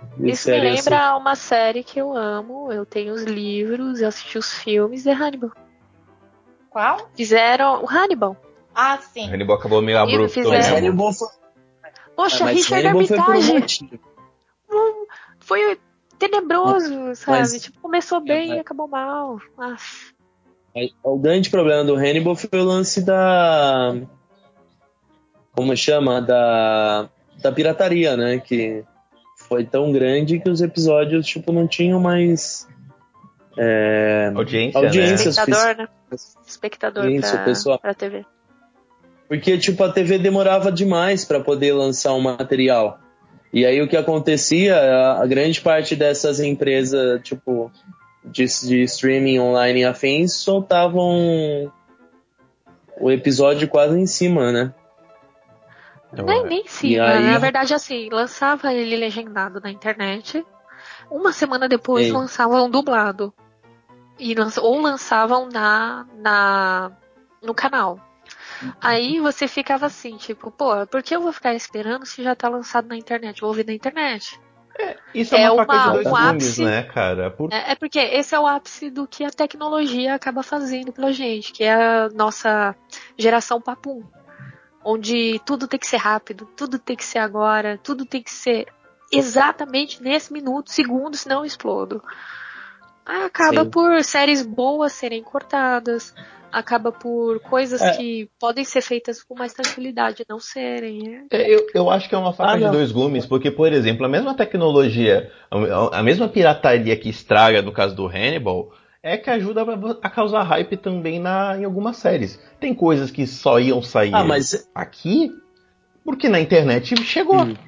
de Isso me série lembra assim. uma série que eu amo. Eu tenho os livros, eu assisti os filmes de Hannibal. Qual? Fizeram o Hannibal. Ah, sim. Hannibal acabou meio E abrupto. fizeram- Mas mesmo. Hannibal foi, Poxa, mas Richard Hannibal foi por um Armitage. motivo. Hum, Foi tenebroso, sabe? Mas- Tipo, começou bem mas- e acabou mal. Ah, O grande problema do Hannibal foi o lance da. Como chama? Da, da pirataria, né? Que foi tão grande que os episódios tipo, não tinham mais. É, Audiência, audiência espectador, né? Espectador Isso, pra, pessoal. pra T V. Porque tipo, a T V demorava demais para poder lançar um material. E aí o que acontecia, a, a grande parte dessas empresas, tipo, de, de streaming online e afins, soltavam o episódio quase em cima, né? Então, Nem, é. nem sim, E né? aí- Na verdade, assim, lançava ele legendado na internet. Uma semana depois Ei. lançavam dublado. E lança- ou lançavam na, na no canal. Aí você ficava assim, tipo, pô, por que eu vou ficar esperando se já tá lançado na internet? Vou ouvir na internet. Isso é, É uma faca uma- de dois um gumes, ápice- né, cara? Por... É, é porque esse é o ápice do que a tecnologia acaba fazendo pela gente, que é a nossa geração papum. Onde tudo tem que ser rápido, tudo tem que ser agora, tudo tem que ser exatamente nesse minuto, segundo, senão eu explodo. Aí acaba Sim. por séries boas serem cortadas, acaba por coisas É. que podem ser feitas com mais tranquilidade não serem. É. É, Eu, eu acho que é uma faca Ah, de não. dois gumes, porque, por exemplo, a mesma tecnologia, a, a mesma pirataria que estraga no caso do Hannibal, é que ajuda a, a causar hype também na, em algumas séries. Tem coisas que só iam sair Ah, mas, aqui, porque na internet chegou. Hum.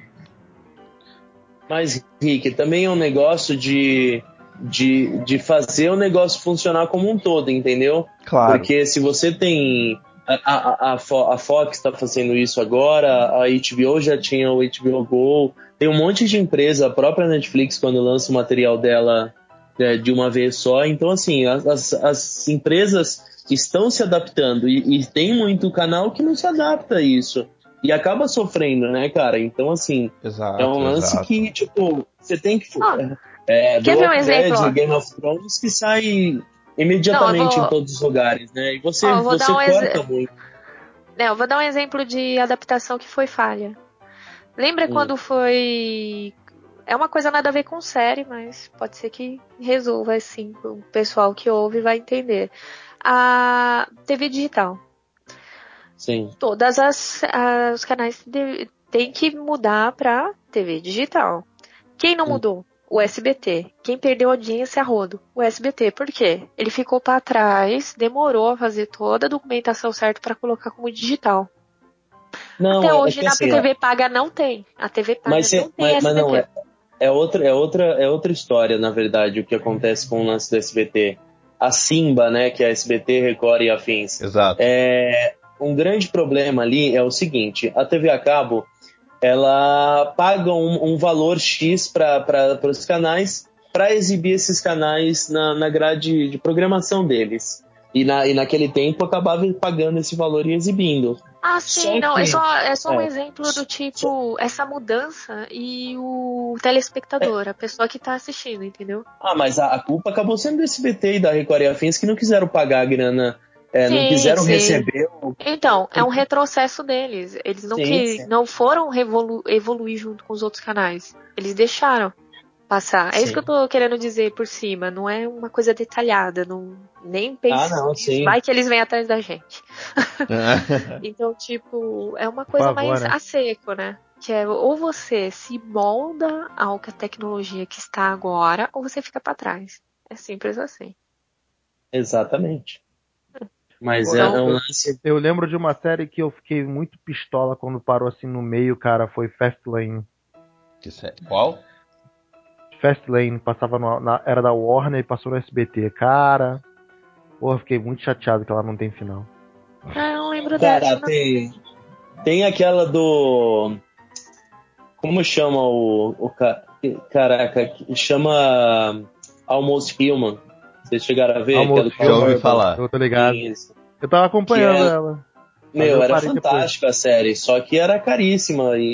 mas Rick, também é um negócio de, de, de fazer o negócio funcionar como um todo, entendeu? Claro. Porque se você tem. A, a, a, Fo- a Fox está fazendo isso agora, a H B O já tinha o H B O Go, tem um monte de empresa, a própria Netflix, quando lança o material dela é, de uma vez só. Então, assim, as, as, as empresas estão se adaptando e, e tem muito canal que não se adapta a isso e acaba sofrendo, né, cara? Então, assim, Exato, é um lance exato. que, tipo, você tem que. Ah, é, quer The ver um Walking exemplo, ó? Dead, Game of Thrones, que sai imediatamente Não, eu vou- em todos os lugares, né? E você, Ó, eu vou você dar um corta exe- muito. Né, eu vou dar um exemplo de adaptação que foi falha. Lembra Hum. quando foi. É uma coisa nada a ver com série, mas pode ser que resolva assim. O pessoal que ouve vai entender. A T V digital. Sim. Todas as, as os canais de- têm que mudar pra T V digital. Quem não Hum. mudou? O S B T. Quem perdeu audiência a rodo? O S B T. Por quê? Ele ficou pra trás, demorou a fazer toda a documentação certa pra colocar como digital. Não, Até é- hoje é que na assim, T V paga não tem. A T V paga mas, não cê- tem mas, mas S B T. não, é, é, outra, é, outra, é outra história, na verdade, o que acontece com o lance do S B T. A Simba, né, que é a S B T, Record e afins. Exato. É, um grande problema ali é o seguinte, a T V a cabo, ela paga um, um valor X para os canais para exibir esses canais na, na grade de programação deles. E, na, e naquele tempo acabava pagando esse valor e exibindo. Ah, sim, Só não, que- é só, é só um é. exemplo do tipo, essa mudança e o telespectador, a pessoa que tá assistindo, entendeu? Ah, mas a, a culpa acabou sendo do S B T e da Record e afins que não quiseram pagar a grana, é, não Sim, quiseram sim. receber o... Então, é um retrocesso deles. Eles não, Sim, que, sim. não foram revolu- evoluir junto com os outros canais. Eles deixaram passar. É Sim. isso que eu tô querendo dizer por cima. Não é uma coisa detalhada. Não, nem pense Ah, não, nisso. sim. Vai que eles vêm atrás da gente. Então, tipo, é uma coisa Por favor, mais né? a seco, né? Que é ou você se molda ao que a tecnologia que está agora, ou você fica pra trás. É simples assim. Exatamente. Mas é, Então, é um eu- lance... Eu lembro de uma série que eu fiquei muito pistola quando parou assim no meio, cara, foi Fastlane. Que série? Qual? Fastlane, passava no, na, era da Warner e passou no S B T. Cara, porra, fiquei muito chateado que ela não tem final. Ah, eu não lembro dessa. Cara, Não. tem, tem aquela do... Como chama o, o ca- caraca, chama Almost Human. Vocês chegaram a ver? Almost Aquela- Já ouvi falar. Eu tô ligado. Isso. Eu tava acompanhando Que é- ela. Meu, eu era parei depois. fantástica a série, só que era caríssima e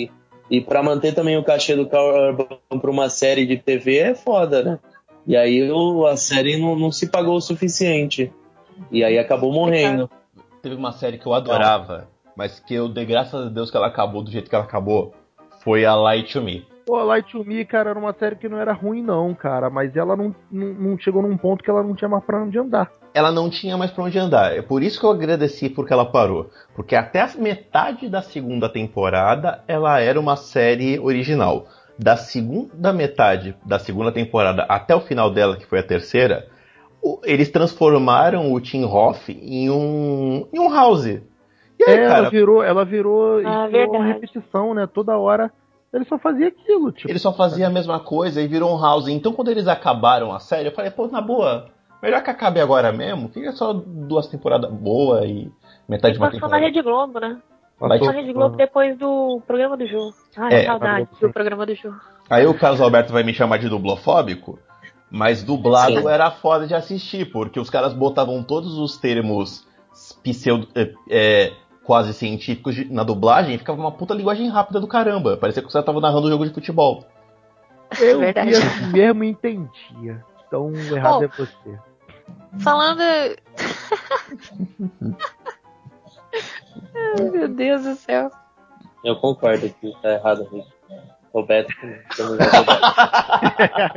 E pra manter também o cachê do Karl Urban pra uma série de T V é foda, né? E aí o, a série não, não se pagou o suficiente. E aí acabou morrendo. Teve uma série que eu adorava, mas que eu dei graças a Deus que ela acabou do jeito que ela acabou. Foi a Lie to Me. Pô, Light to Me, cara, era uma série que não era ruim não, cara. Mas ela não, não, não chegou num ponto que ela não tinha mais pra onde andar. Ela não tinha mais pra onde andar. É por isso que eu agradeci porque ela parou. Porque até a metade da segunda temporada, ela era uma série original. Da segunda metade da segunda temporada até o final dela, que foi a terceira, eles transformaram o Tim Hoff em um, em um House. E aí, é, cara, ela virou, ela virou, Ah, virou uma verdade. repetição, né? Toda hora ele só fazia aquilo, tipo. ele só fazia a mesma coisa e virou um House. Então quando eles acabaram a série, eu falei, pô, na boa, melhor que acabe agora mesmo. Fica só duas temporadas boas e metade de uma Passou na temporada. Rede Globo, né? Vai Passou te- na Rede Globo depois do programa do Jô. Ai, É, saudade sim. do programa do Jô. Aí o Carlos Alberto vai me chamar de dublofóbico, mas dublado Sim. era foda de assistir, porque os caras botavam todos os termos pseudo, é, é, quase científicos de- na dublagem e ficava uma puta linguagem rápida do caramba. Parecia que os caras estavam narrando um jogo de futebol. Eu Verdade. via assim mesmo e entendia. Então o errado Oh. é você. Falando. Ai, meu Deus do céu. Eu concordo que tá errado, Rick. Roberto, você não vai jogar.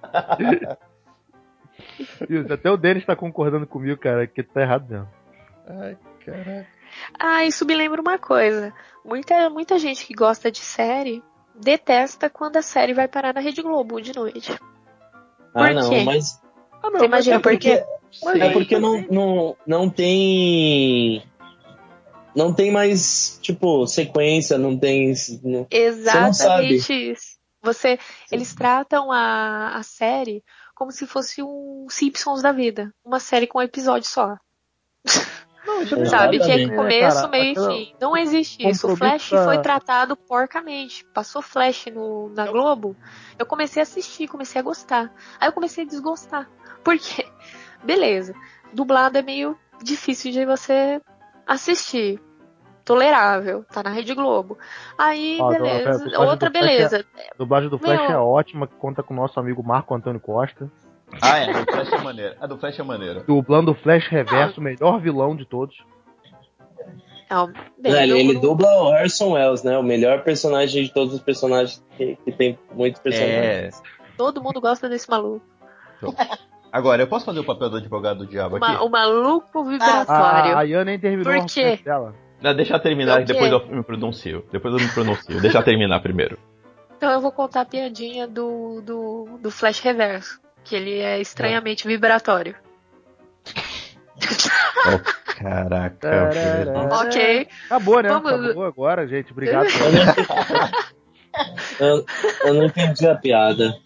Isso, até o Denis tá concordando comigo, cara, que tá errado mesmo. Ai, caraca. Ah, isso me lembra uma coisa. Muita, muita gente que gosta de série detesta quando a série vai parar na Rede Globo de noite. Ah, Por não, quê? mas Ah, não, Você imagina é por quê? Mas é porque não, não, não tem. Não tem mais, tipo, sequência, não tem. Não... Exatamente isso. Você, eles tratam a, a série como se fosse um Simpsons da vida. Uma série com um episódio só. Não, isso Exatamente. Sabe? Que é É, começo, cara, meio e aquela- fim. Não existe isso. O Flash compromisso foi da- tratado porcamente. Passou Flash no, na Globo. Eu comecei a assistir, comecei a gostar. Aí eu comecei a desgostar. Por quê? Beleza. Dublado é meio difícil de você assistir. Tolerável. Tá na Rede Globo. Aí, Ó, beleza. a dublagem Outra do Flash beleza. A dublagem do Flash Meu. é ótima, que conta com o nosso amigo Marco Antônio Costa. Ah, é, a do Flash é maneira. A do Flash é maneira. Dublando o Flash Reverso, o melhor vilão de todos. Não, bem, Não, ele, eu ele não- dubla o Harrison Wells, né? O melhor personagem de todos os personagens que, que tem muitos É. personagens. Todo mundo gosta desse maluco. Agora, eu posso fazer o papel do advogado do diabo O ma- aqui? o maluco A, vibratório. a Ian nem terminou Por o quê? argumento dela. Não, deixa eu terminar O e quê? depois eu me pronuncio. Depois eu me pronuncio. Deixa eu terminar primeiro. Então eu vou contar a piadinha do, do, do Flash Reverso. Que ele é estranhamente vibratório. Oh, caraca. Tarará. velho. Ok. Acabou, né? Vamos- Acabou agora, gente. Obrigado. Eu, eu não entendi a piada.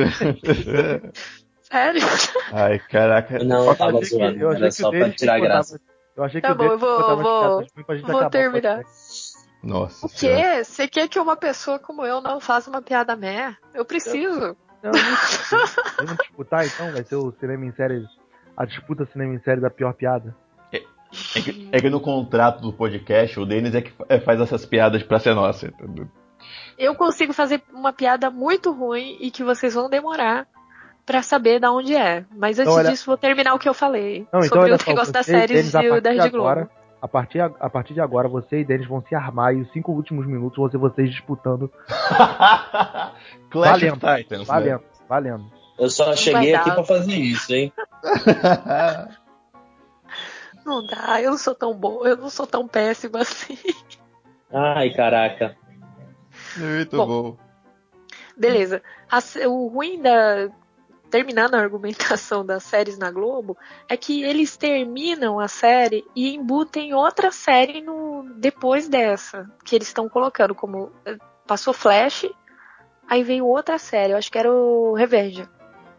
Sério? Ai, caraca. Não, eu tava achei que- zoando. eu achei Era que só o pra Denis tirar botava- graça. Eu achei Tá que o bom, Denis eu vou- botava as vou- piadas ruins pra gente vou acabar o terminar. podcast. Nossa. O Senhora. quê? Você quer que uma pessoa como eu não faça uma piada meh? Eu preciso. Não, não- Vamos disputar então? Vai ser o cinema em série. A disputa cinema em série da pior piada. É que, é que no contrato do podcast, o Denis é que fa- é, faz essas piadas pra ser nossa. Entendeu? Eu consigo fazer uma piada muito ruim e que vocês vão demorar pra saber de onde é. Mas antes Então, olha- disso, vou terminar o que eu falei. Não, então sobre olha o só, negócio das você, séries Denis, a de- partir da de Rede Globo. agora, a partir, a partir de agora, você e Denis vão se armar e os cinco últimos minutos vão ser vocês disputando. Clash Valendo. of Titans. Valendo, valendo. Eu só cheguei dar. aqui pra fazer isso, hein? Né? Não dá, eu não sou tão boa, eu não sou tão péssima assim. Ai, caraca. Muito Bom. bom. Beleza. A se- o ruim da. Terminando a argumentação das séries na Globo, é que eles terminam a série e embutem outra série no, depois dessa. Que eles estão colocando como. eh, Passou Flash, aí veio outra série, eu acho que era o Revenge.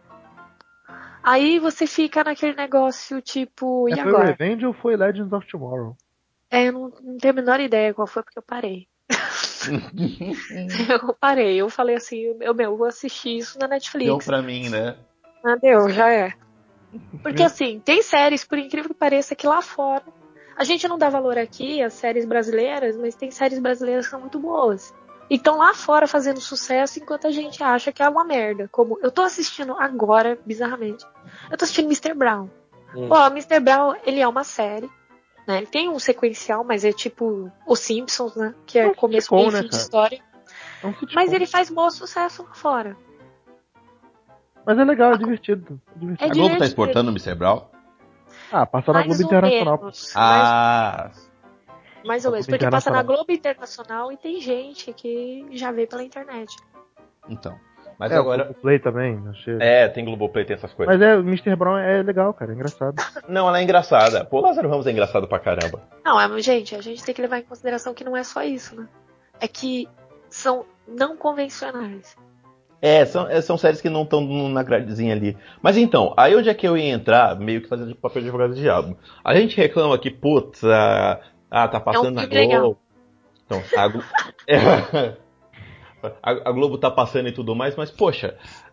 Aí você fica naquele negócio tipo, e É, foi o agora? Revenge ou foi Legends of Tomorrow? É, eu não, não tenho a menor ideia qual foi porque eu parei. Eu parei, eu falei assim, eu, meu, eu vou assistir isso na Deu Netflix. pra mim, né? Ah, deu, já é. Porque assim, tem séries, por incrível que pareça, que lá fora. A gente não dá valor aqui às séries brasileiras, mas tem séries brasileiras que são muito boas. E estão lá fora fazendo sucesso enquanto a gente acha que é uma merda. Como eu tô assistindo agora, bizarramente. Eu tô assistindo mister Brown. Hum. Ó, mister Brown, ele é uma série, né? Ele tem um sequencial, mas é tipo Os Simpsons, né? Que é É um começo, sitcom, meio e né, fim de cara? história. É um sitcom. Mas ele faz bom sucesso lá fora. Mas é legal, é divertido. É divertido. É A Globo tá divertido. exportando o mister Brown? Ah, passa na Mais Globo ou Internacional. menos. Ah, Mais, mais ou na menos. Globo Porque passa na Internacional. Globo Internacional e tem gente que já vê pela internet. então. Mas É, agora. o Play também, achei. É, tem Globoplay, tem essas coisas. Mas é, o mister Brown é legal, cara, é engraçado. Não, ela é engraçada. Pô, Lázaro Ramos é engraçado pra caramba. Não, é, gente, a gente tem que levar em consideração que não é só isso, né? É que são não convencionais. É, são, é, são séries que não estão na gradezinha ali. Mas então, aí onde é que eu ia entrar, meio que fazendo papel de advogado do diabo? A gente reclama que, putz, ah, ah, tá passando na filme legal. Globo. Então, a, Glo- é, a, a Globo tá passando e tudo mais, mas, poxa,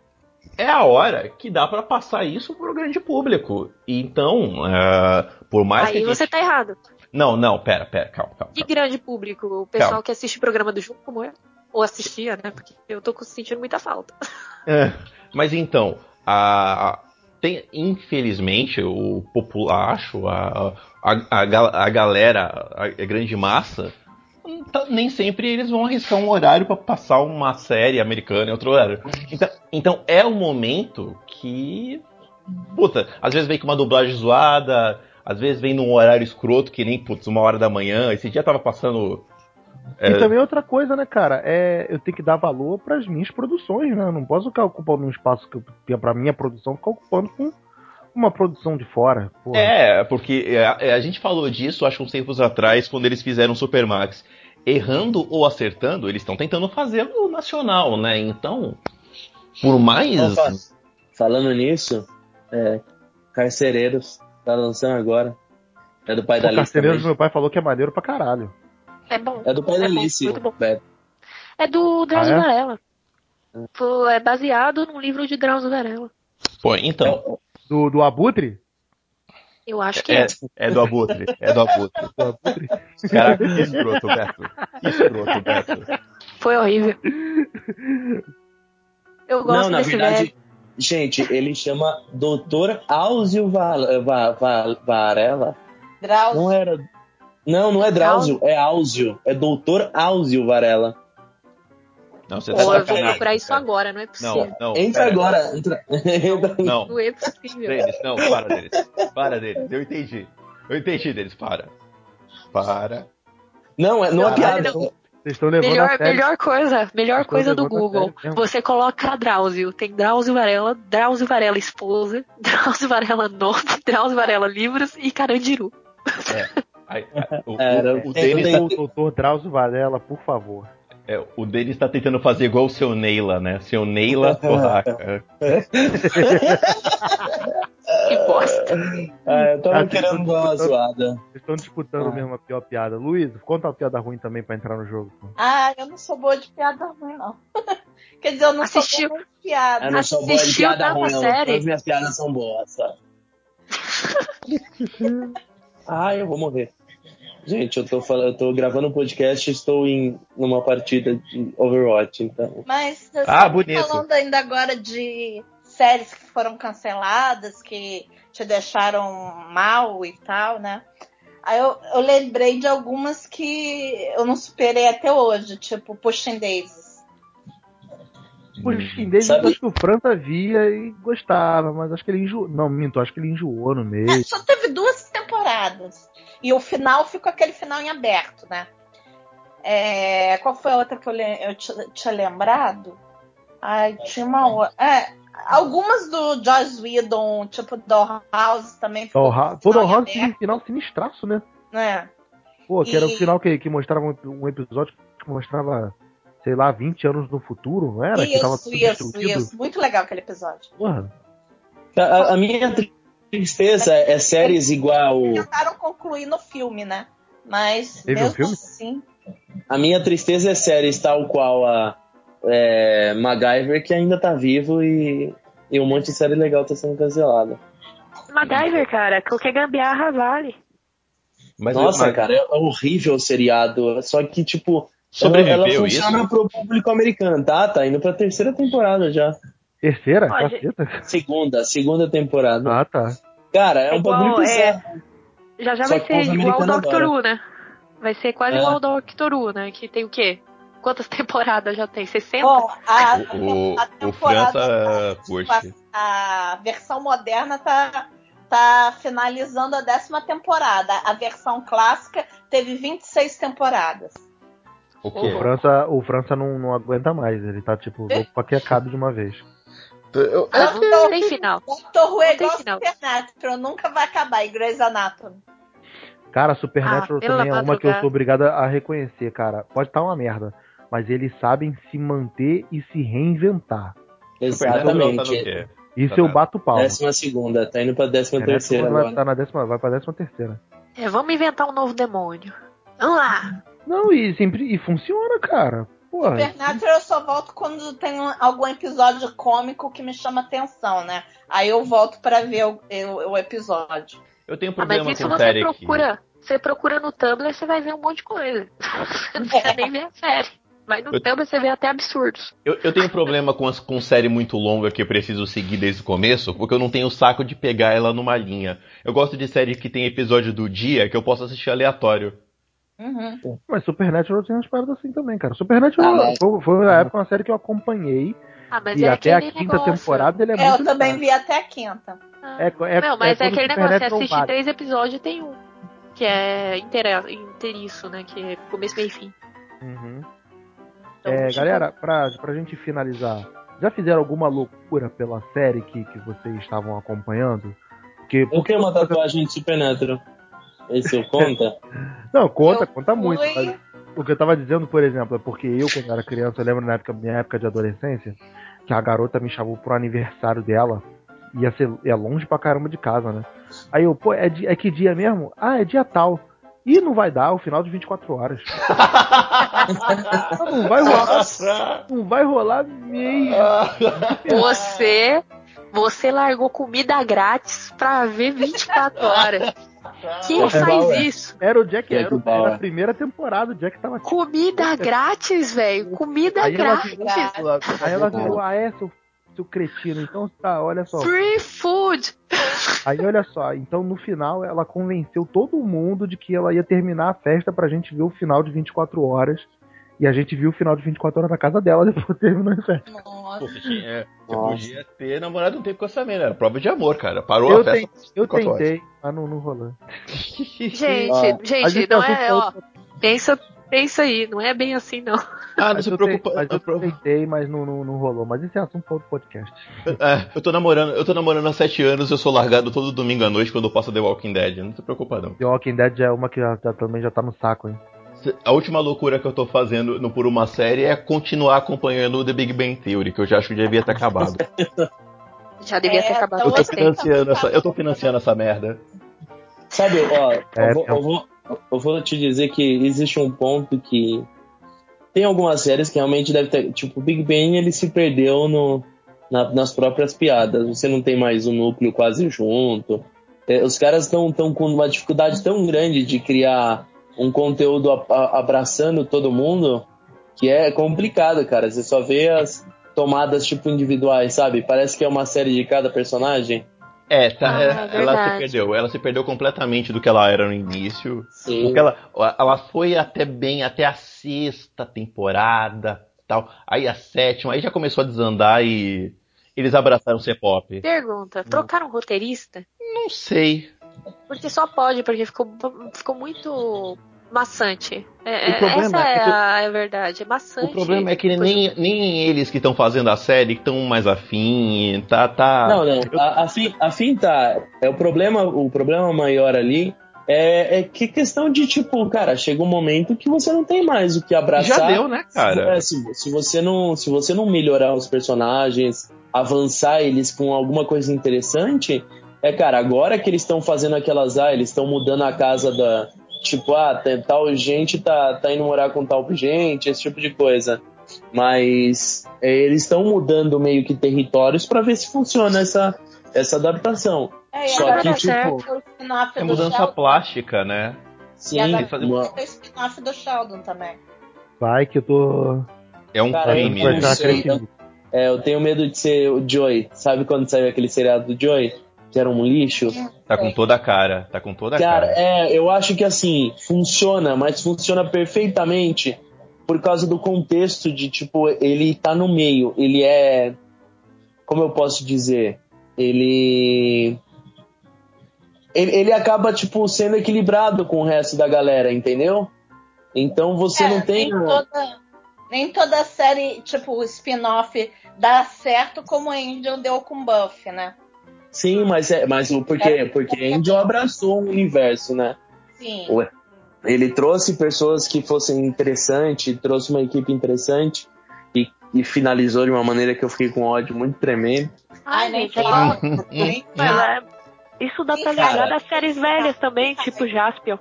é a hora que dá pra passar isso pro grande público. E então, ah, por mais que a Aí gente... você tá errado. Não, não, pera, pera, calma, calma. Que calma. grande público, o pessoal Calma. que assiste o programa do Jogo como eu. Ou assistia, né? Porque eu tô sentindo muita falta. É, mas então, a, a- tem, infelizmente, o populacho, a, a, a, ga- a galera, a, a grande massa, não tá- nem sempre eles vão arriscar um horário pra passar uma série americana em outro horário. Então, então é um momento que, puta, às vezes vem com uma dublagem zoada, às vezes vem num horário escroto que nem, putz, uma hora da manhã. Esse dia tava passando... É, E também outra coisa, né, cara, é eu tenho que dar valor pras minhas produções, né? Eu não posso ficar ocupando um espaço que eu tenho pra minha produção, ficar ocupando com uma produção de fora. Porra. É, porque a, a gente falou disso, acho que uns tempos atrás, quando eles fizeram Supermax. Errando ou acertando, eles estão tentando fazer no nacional, né? Então, por mais... Opa, falando nisso, é, Carcereiros tá lançando agora. É do pai da O Alice Carcereiros, também. meu pai falou que é maneiro pra caralho. É bom. É do pai da é bom, Alice, muito bom. Beto. É do Drauzio Ah, é? Varela. Pô, é baseado num livro de Drauzio Varela. Pô, então, Do, do Abutre? Eu acho que é. é, é do Abutre, é do Abutre. Do Abutre? Caraca, que escroto, Beto. Que escroto, Beto. Foi horrível. Eu gosto Não, na desse verdade, velho. gente, ele chama doutor Áuzio Va- Va- Va- Varela. Drauzio. Não era. Não, não é Drauzio, é Áuzio. É doutor Áuzio Varela. Não, você Pô, tá eu vou sacanagem, procurar isso cara. agora, não é possível. Não, não. Entra pera. agora. Entra. entra. Não, Não é possível. deles, não, para deles. Para deles, eu entendi. Eu entendi deles, para. Para. Não, é, não é Não, piada. não. Vocês estão levando a Melhor, sério. melhor coisa, melhor Estou coisa do levando a Google. sério mesmo. Você coloca Drauzio. Tem Drauzio Varela, Drauzio Varela esposa, Drauzio Varela nome, Drauzio Varela livros e Carandiru. Aí, aí, o, Era- o, o tem- Denis tem- tá, O doutor Drauzio Varela, por favor. é, o Denis tá tentando fazer igual o seu Neila, né? Seu Neila Torraca. Que bosta. Ah, eu tava Ah, querendo dar uma zoada. Vocês estão disputando Ah. mesmo a pior piada. Luiz, conta uma piada ruim também pra entrar no jogo. pô. Ah, eu não sou boa de piada ruim, não. Quer dizer, eu não Assistiu- sou boa de piada. Eu não sou boa de Assistiu piada tanta ruim, não. série? Todas as minhas piadas são boas, sabe? Ah, eu vou morrer. Gente, eu tô, falando, eu tô gravando um podcast e estou em numa partida de Overwatch, então. Mas eu Ah, tô bonito. falando ainda agora de séries que foram canceladas, que te deixaram mal e tal, né? Aí eu, eu lembrei de algumas que eu não superei até hoje, tipo Pushing Daisies. Puxa, em desde Sabe- acho que o Franta via e gostava, mas acho que ele enjoou. Não, minto, acho que ele enjoou no meio. É, só teve duas temporadas. E o final ficou aquele final em aberto, né? É, qual foi a outra que eu, le- eu t- tinha lembrado? Ai, tinha uma outra. É, algumas do Joss Whedon, tipo Dollhouse também ficou Dollhouse- com Pô, o final em Dollhouse aberto, tinha um final sinistraço, né? né? Pô, que era o E- final que, que mostrava um, um episódio que mostrava, sei lá, vinte anos no futuro, não era? que tava Isso, tudo isso, destruído. isso. Muito legal aquele episódio. Porra. A, a minha tristeza é séries igual. Tentaram concluir no filme, né? Mas Teve um mesmo filme? assim. A minha tristeza é séries tal qual a é, MacGyver, que ainda tá vivo e, e um monte de série legal tá sendo cancelada. MacGyver, cara, qualquer gambiarra vale. Mas, Nossa, mas- cara, é horrível o seriado. Só que, tipo, Sobreviveu ela, ela isso? funciona pro público americano, tá? Tá indo pra terceira temporada já. Terceira? Olha, Caceta. Segunda, segunda temporada. Ah, tá. Cara, é um Igual, bagulho é, bizarro. já já Só vai que ser os igual o americanos Doctor adoram. Who, né? Vai ser quase É. igual o Doctor Who, né? Que tem o quê? Quantas temporadas já tem? sessenta? Bom, a, O, a o temporada, França tipo, curte. a, a versão moderna tá, tá finalizando a décima temporada. A versão clássica teve vinte e seis temporadas. O O quê? França, o França não, não aguenta mais. Ele tá, tipo, louco pra que acabe de uma vez. Eu- Ah, não, não tem final. Doctor Who é Não tem igual final. Supernatural, nunca vai acabar. E Grey's Anatomy. Cara, Supernatural Ah, pela também é uma que eu madrugada. sou obrigada a reconhecer, cara. Pode estar uma merda, mas eles sabem se manter e se reinventar. Supernatural tá no Exatamente. quê? Isso Tá eu na- bato palma. Décima segunda, tá indo pra décima terceira Supernatural vai, agora. tá na décima, vai pra décima terceira. É, vamos inventar um novo demônio. Vamos lá. Não, e sempre e funciona, cara. Porra. Supernatural eu só volto quando tem um- algum episódio cômico que me chama atenção, né? Aí eu volto pra ver o, o- o episódio. Eu tenho Ah, mas problema isso com você série procura. Você procura no Tumblr, você vai ver um monte de coisa. Você não precisa nem ver a série. Vai no Eu- Tumblr, você vê até absurdos. que... Eu, eu tenho problema com, as- com série muito longa que eu preciso seguir desde o começo, porque eu não tenho o saco de pegar ela numa linha. Eu gosto de série que tem episódio do dia que eu posso assistir aleatório. Uhum. Mas Supernatural tem umas paradas assim também, cara. Supernatural Ah, mas- foi, foi na época uma série que eu acompanhei. Ah, mas E é até a aquele quinta negócio. temporada ele é, É, muito eu também chato. vi até a quinta. Ah. É, é, Não, mas é, quando aquele negócio, você Supernatural assiste vale. três episódios e tem um. Que é intera- inteiriço, né? Que é começo, meio e fim. Uhum. Então, É, tipo, galera, pra, pra gente finalizar, já fizeram alguma loucura pela série que, que vocês estavam acompanhando? Porque, Eu tenho uma tatuagem de Supernatural. Esse eu conta? Não, conta, Eu conta muito. fui- Mas o que eu tava dizendo, por exemplo, é porque eu, quando era criança, eu lembro na época, minha época de adolescência, que a garota me chamou pro aniversário dela. Ia ser é longe pra caramba de casa, né? Aí eu, pô, é, di- é que dia mesmo? Ah, é dia tal. Ih, não vai dar o final de vinte e quatro horas. Não vai rolar. Não vai rolar mesmo. Você. Você largou comida grátis pra ver vinte e quatro horas. Quem Jack faz Bauer. isso? Era o Jack, Jack era, o- Bauer. era a primeira temporada, o Jack tava tipo. Comida grátis, velho. Comida Aí ela, grátis. aí ela virou, ah, é, seu, seu cretino. Então tá, olha só. Free food. Aí olha só, então no final ela convenceu todo mundo de que ela ia terminar a festa pra gente ver o final de vinte e quatro horas. E a gente viu o final de vinte e quatro horas na casa dela depois terminou a festa. Nossa. Pô, você tinha- você Nossa. podia ter namorado um tempo com essa menina. Era prova de amor, cara. Parou Eu, a festa. ten- eu vinte e quatro tentei, mas não, não rolou. Gente, Ah, A gente, gente não assunto é, pra ó. outro- Pensa, pensa aí, não é bem assim, não. Ah, não mas se eu preocupa. te- Mas eu eu pro- tentei, mas não, não, não rolou. Mas isso é assunto para outro podcast. É, eu tô namorando, eu tô namorando há sete anos, eu sou largado todo domingo à noite quando eu passo The Walking Dead. Não se preocupa, não. The Walking Dead já é uma que já, já também já tá no saco, hein? A última loucura que eu tô fazendo no, por uma série é continuar acompanhando o The Big Bang Theory, que eu já acho que devia ter acabado. Já devia ter É, acabado então Eu tô faz tempo. financiando essa, eu tô financiando essa merda. Sabe, ó, É, eu, vou, eu, vou, eu vou te dizer que existe um ponto que tem algumas séries que realmente deve ter. Tipo, o Big Bang ele se perdeu no, na- nas próprias piadas. Você não tem mais o núcleo quase junto. É, os caras estão tão com uma dificuldade tão grande de criar um conteúdo a- a- abraçando todo mundo que é complicado, cara. Você só vê as tomadas tipo individuais, sabe? Parece que é uma série de cada personagem. É, tá, Ah, é, é ela se verdade. perdeu. Ela se perdeu completamente do que ela era no início. Sim. Porque ela, ela foi até bem, até a sexta temporada, tal. Aí a sétima, aí já começou a desandar e eles abraçaram o C-pop. Pergunta, trocaram roteirista? Não sei. Porque só pode, porque ficou, ficou muito maçante. É, O problema essa é é, que- a é verdade, é maçante. O problema é que Coisa- nem, nem eles que estão fazendo a série estão mais afim, tá, tá... Não, não. A, a, fim, a fim tá. É o problema, o problema maior ali é, é que questão de tipo, cara, chega um momento que você não tem mais o que abraçar. Já deu, né, cara? É, se, se você não, se você não melhorar os personagens, avançar eles com alguma coisa interessante, é, cara, agora que eles estão fazendo aquelas, ah, eles estão mudando a casa da, tipo, ah, tem- tal gente tá, tá indo morar com tal gente, esse tipo de coisa. Mas é, eles estão mudando meio que territórios pra ver se funciona essa, essa adaptação. É, e Só agora que, vai tipo, ter o spin-off É do mudança Sheldon. plástica, né? Sim, E agora eles vai fazem- uma- ter o spin-off do Sheldon também. Vai que eu tô... É um Cara, crime. eu Vai estar não sei. acreditando. É, eu tenho medo de ser o Joey. Sabe quando saiu aquele seriado do Joey? Que era um lixo? Tá com toda a cara. Tá com toda a Cara, cara. é, eu acho que assim, funciona, mas funciona perfeitamente por causa do contexto de, tipo, ele tá no meio. Ele é... Como eu posso dizer? Ele... Ele, ele acaba, tipo, sendo equilibrado com o resto da galera, entendeu? Então você É, não tem... Nem toda, nem toda série, tipo, o spin-off dá certo como Angel deu com Buffy, né? Sim, mas, é, mas o porquê? Porque Angel abraçou o universo, né? Sim. Ué, ele trouxe pessoas que fossem interessantes, trouxe uma equipe interessante e, e finalizou de uma maneira que eu fiquei com ódio muito tremendo. Ai, nem gente, fala. Nem Mas fala. é, isso dá Sim, pra lembrar cara. das séries velhas também, tipo Jaspion.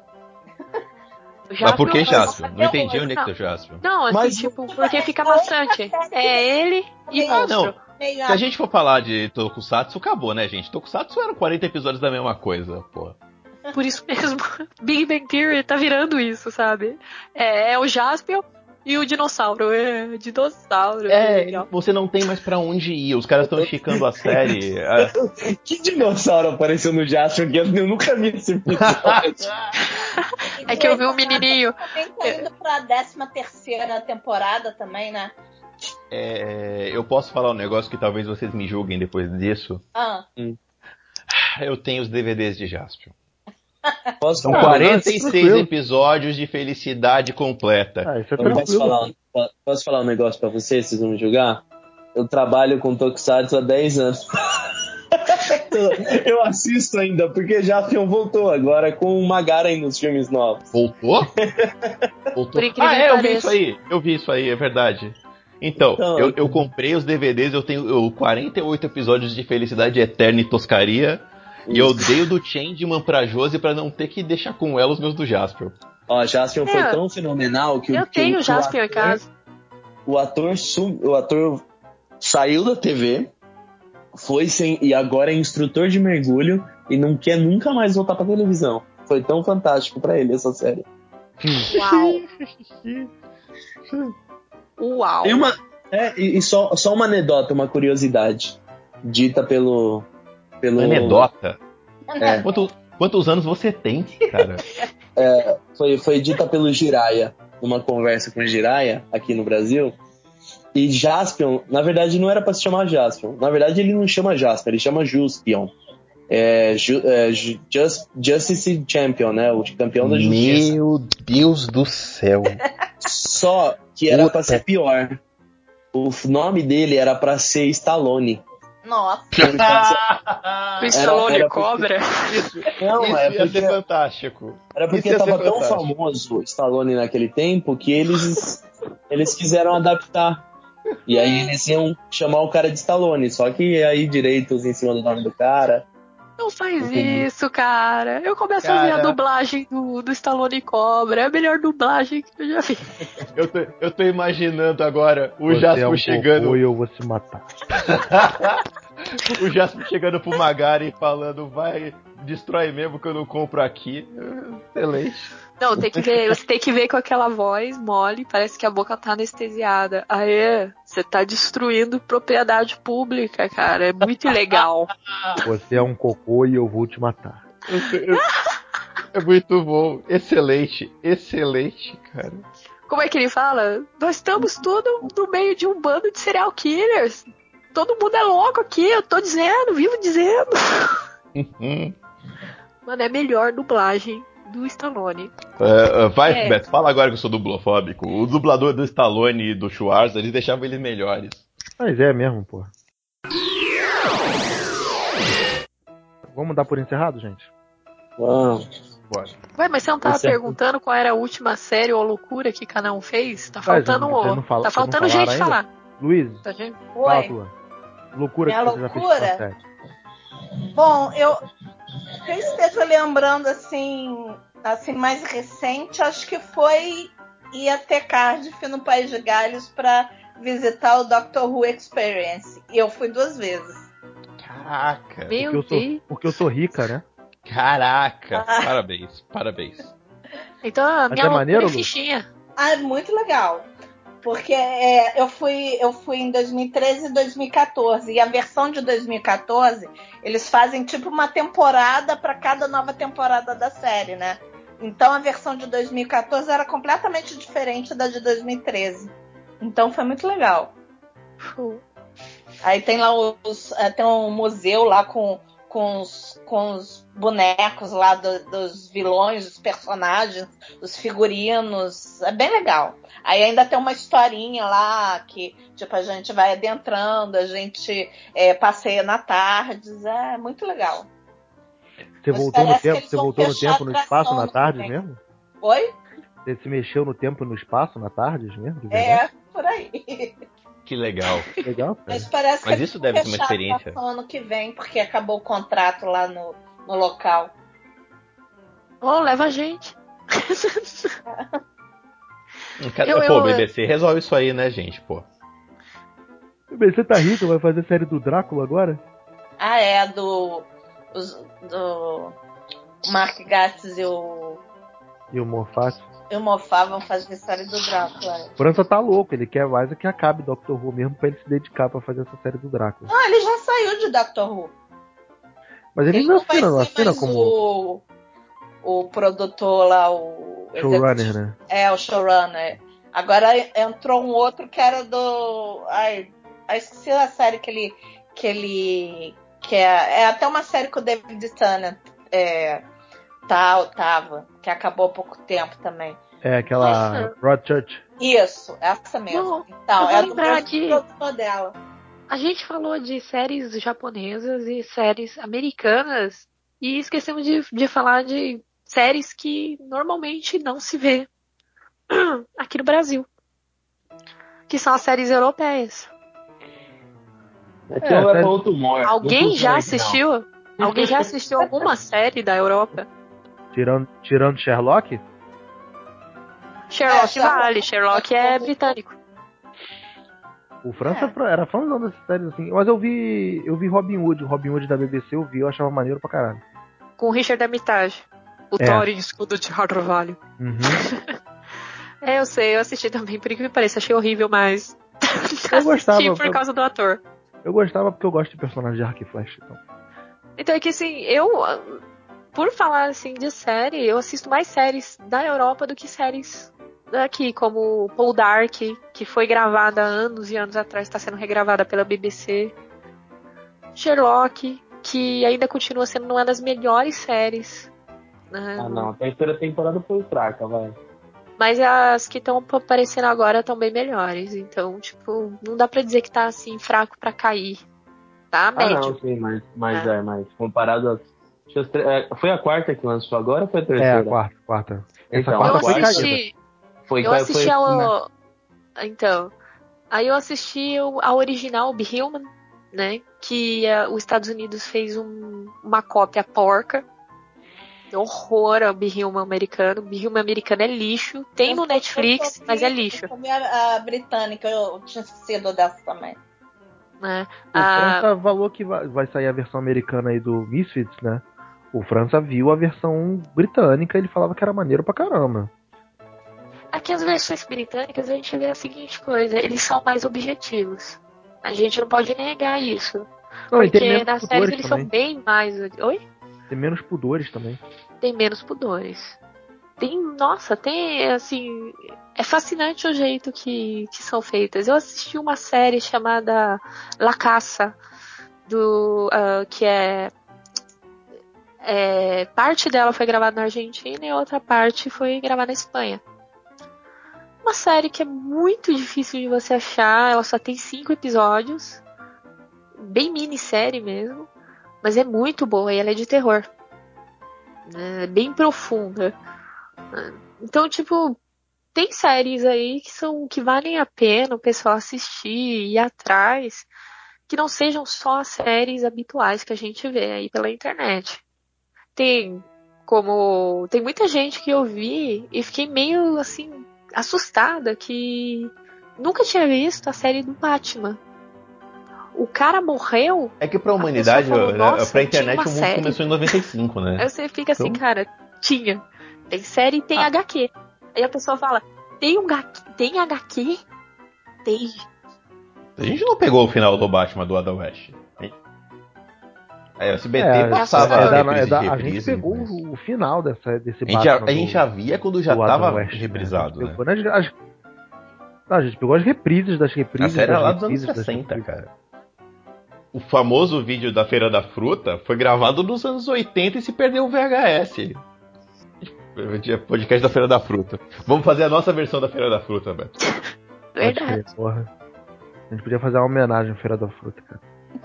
Mas por que Jaspion- Jaspion? Não entendi onde é que tá o Jaspion. Não, assim, Mas- tipo, porque fica maçante. É ele e Ah, monstro. não. Meio Se a gente for falar de Tokusatsu, acabou, né, gente? Tokusatsu eram quarenta episódios da mesma coisa, pô. Por isso mesmo, Big Bang Theory tá virando isso, sabe? É, é o Jaspion e o dinossauro. É, dinossauro. É, legal. você não tem mais pra onde ir. Os caras estão esticando a série. É, Que dinossauro apareceu no Jasper que eu nunca vi esse episódio? É que eu vi um menininho. Também tá indo pra décima terceira temporada também, né? é, eu posso falar um negócio que talvez vocês me julguem depois disso. Ah, Eu tenho os D V Ds de Jaspion. Posso São falar? quarenta e seis tranquilo. episódios de felicidade completa. Ah, isso é Eu posso tranquilo. falar, um- posso falar um negócio pra vocês, vocês vão me julgar? Eu trabalho com Tokusatsu há dez anos. Eu assisto ainda, porque Jaspion voltou agora com o Magaren nos filmes novos. Voltou? Voltou. Por incrível Ah, que é, eu vi pareça. isso aí. Eu vi isso aí, é verdade. Então, Então, eu, eu comprei os D V Ds, eu tenho eu, quarenta e oito episódios de Felicidade Eterna e Toscaria. E eu dei o do Changeman pra Josie pra não ter que deixar com ela os meus do Jaspion. Ó, Jaspion foi É, tão fenomenal que, Eu o- que tenho o, Jaspion o em casa. O ator, sum- o ator saiu da T V, foi sem, e agora é instrutor de mergulho e não quer nunca mais voltar pra televisão. Foi tão fantástico pra ele essa série. Uau. Uau. Tem uma, é, e, e só, só uma anedota, uma curiosidade, dita pelo... pelo Anedota. É, Quanto- quantos anos você tem, cara? foi, foi dita pelo Jiraya, numa conversa com o Jiraya, aqui no Brasil. E Jaspion, na verdade, não era pra se chamar Jaspion. Na verdade, ele não chama Jaspion, ele chama Juspion. É, Ju- é, Ju- Just- Justice Champion, né? O campeão da justiça. Meu Deus do céu. Só que era Puta. pra ser pior. O nome dele era pra ser Stallone. nossa. Por causa- O Stallone era cobra. Não, Isso é ia porque, ser fantástico. era porque Isso ia tava ser tão fantástico. famoso o Stallone naquele tempo que eles, eles quiseram adaptar. E aí eles iam chamar o cara de Stallone. Só que aí direitos em cima do nome do cara. Não faz Entendi. isso, cara. Eu começo a ver a Cara. dublagem do, do Stallone Cobra. É a melhor dublagem que eu já vi. Eu tô, eu tô imaginando agora o Você é Jasper um chegando. cocô e eu vou se matar. O Jasper chegando pro Magari e falando, vai, destrói mesmo que eu não compro aqui. Excelente. Não, tem que ver, você tem que ver com aquela voz mole, parece que a boca tá anestesiada. Aê, você tá destruindo propriedade pública, cara. É muito ilegal. Você é um cocô e eu vou te matar. É muito bom. Excelente, excelente, cara. Como é que ele fala? Nós estamos todos no meio de um bando de serial killers. Todo mundo é louco aqui, eu tô dizendo, vivo dizendo. Uhum. Mano, é a melhor dublagem do Stallone. É, vai, É. Beto, fala agora que eu sou dublofóbico. O dublador do Stallone e do Schwarza, eles deixavam eles melhores. Mas é mesmo, pô. Vamos dar por encerrado, gente? Uau. Bora. Ué, mas você não tava Esse é- perguntando qual era a última série ou loucura que cada um fez? Tá Ah, faltando, gente, vocês não falam- tá vocês não faltando falaram gente ainda? falar. Luiz, Tá gente? fala Oi. tua. Loucura Minha que você já fez com loucura? a série. Bom, eu, que eu esteja lembrando assim, assim mais recente, acho que foi ir até Cardiff no País de Gales para visitar o Doctor Who Experience. E eu fui duas vezes. Caraca, Porque Meu eu, sou, Deus. porque eu sou rica, né? caraca. Parabéns, parabéns. Então a Mas minha é loucura maneiro, é Lu? fichinha. Ah, é muito legal. Porque é, eu, fui, eu fui em dois mil e treze e dois mil e quatorze. E a versão de dois mil e quatorze, eles fazem tipo uma temporada para cada nova temporada da série, né? Então a versão de dois mil e quatorze era completamente diferente da de dois mil e treze. Então foi muito legal. Uh. Aí tem lá os, tem um museu lá com, com, os, com os bonecos lá do, dos vilões, dos personagens, os figurinos. É bem legal. Aí ainda tem uma historinha lá que tipo, a gente vai adentrando, a gente é, passeia na Tardes. É muito legal. Você voltou no tempo, você voltou no tempo no espaço na Tardes mesmo? Oi? Você se mexeu no tempo e no espaço na Tardes mesmo? É, por aí. Que legal. Legal, cara. Mas parece Mas que isso deve ser uma experiência. ano que vem, porque acabou o contrato lá no, no local. Oh, leva a gente. Eu, pô, o B B C resolve isso aí, né, gente, pô. O B B C tá rico, vai fazer série do Drácula agora? Ah, é, do... Os, do Mark Gatiss e o... E o Moffat? E o Moffat vão fazer série do Drácula. França tá louco, ele quer mais é que acabe Doctor Who mesmo pra ele se dedicar pra fazer essa série do Drácula. Ah, ele já saiu de Doctor Who. Mas ele, ele não assina, não assina como... O, o produtor lá, o... Showrunner, né? É, o showrunner. Agora entrou um outro que era do... Ai, ai esqueci a série que ele... Que ele que é, é até uma série que o David Tennant é, tá, tava, que acabou há pouco tempo também. É aquela Broadchurch. Isso, essa mesmo. Não, então, é do mesmo que produtor dela. A gente falou de séries japonesas e séries americanas e esquecemos de, de falar de séries que normalmente não se vê aqui no Brasil, que são as séries europeias. Aqui é, é outro humor. Alguém já assistiu? Alguém já assistiu alguma série da Europa? Tirando, tirando Sherlock? Sherlock é, vale, Sherlock é britânico. O França é. era fãzão dessas séries assim. Mas eu vi. Eu vi Robin Hood, o Robin Hood da B B C, eu vi, eu achava maneiro pra caralho. Com o Richard Armitage. O é. Thorin, escudo de Carvalho. Uhum. É, eu sei, eu assisti também, por que me pareça, achei horrível, mas eu gostava por eu... causa do ator. Eu gostava porque eu gosto de personagens de Arc e Flash. Então. então é que assim, eu, por falar assim de série, eu assisto mais séries da Europa do que séries daqui, como Paul Dark, que foi gravada anos e anos atrás, está sendo regravada pela B B C. Sherlock, que ainda continua sendo uma das melhores séries. Né? Ah não, a terceira temporada foi fraca, vai. Mas as que estão aparecendo agora estão bem melhores. Então, tipo, não dá pra dizer que tá assim, fraco pra cair. Tá médio. Ah, não, sim, mas, mas é, é mas comparado a. Foi a quarta que lançou agora ou foi a terceira? É, a quarta. quarta. Essa então, quarta eu foi assisti. Foi, eu assisti foi, ao. né? Então. Aí eu assisti a original, Be Human, né? Que uh, os Estados Unidos fez um, uma cópia porca. Horror ao Be Human americano. Be Human americano é lixo. Tem eu no Netflix, vi, mas é lixo. A, a britânica, eu tinha esquecido dessa também. É. O a... França falou que vai, vai sair a versão americana aí do Misfits, né? O França viu a versão britânica e ele falava que era maneiro pra caramba. Aqui as versões britânicas a gente vê a seguinte coisa, eles são mais objetivos. A gente não pode negar isso. Não, porque nas séries eles também. São bem mais... Oi? Tem menos pudores também. Tem menos pudores. Tem, nossa, tem, assim... É fascinante o jeito que, que são feitas. Eu assisti uma série chamada La Caça, do, uh, que é, é... Parte dela foi gravada na Argentina e outra parte foi gravada na Espanha. Uma série que é muito difícil de você achar. Ela só tem cinco episódios. Bem minissérie mesmo. Mas é muito boa e ela é de terror. É bem profunda. Então, tipo, tem séries aí que são que valem a pena o pessoal assistir e ir atrás, que não sejam só as séries habituais que a gente vê aí pela internet. Tem como tem muita gente que eu vi e fiquei meio assim assustada que nunca tinha visto a série do Batman. O cara morreu. É que pra humanidade, falou, pra internet, o mundo série. Começou em noventa e cinco, né? Aí você fica assim, então... cara, tinha. Tem série e tem ah. H Q. Aí a pessoa fala, Tem um H Q? Tem H Q? Tem. A gente não pegou o final do Batman do Adam West. Aí o S B T É, passava é da- reprise é da- de a gente reprise, pegou mas- o, o final dessa, desse A gente, já, Batman a gente do- já via quando já do Adam tava West, né? reprisado, A gente né? pegou nas- as- Ah, a gente pegou as reprises das A reprises. série era das lá dos anos reprises, das sessenta, reprises. cara. O famoso vídeo da Feira da Fruta foi gravado nos anos oitenta e se perdeu o V H S. Podcast da Feira da Fruta. Vamos fazer a nossa versão da Feira da Fruta, Beto. Pode Verdade. crer, porra. A gente podia fazer uma homenagem à Feira da Fruta, cara.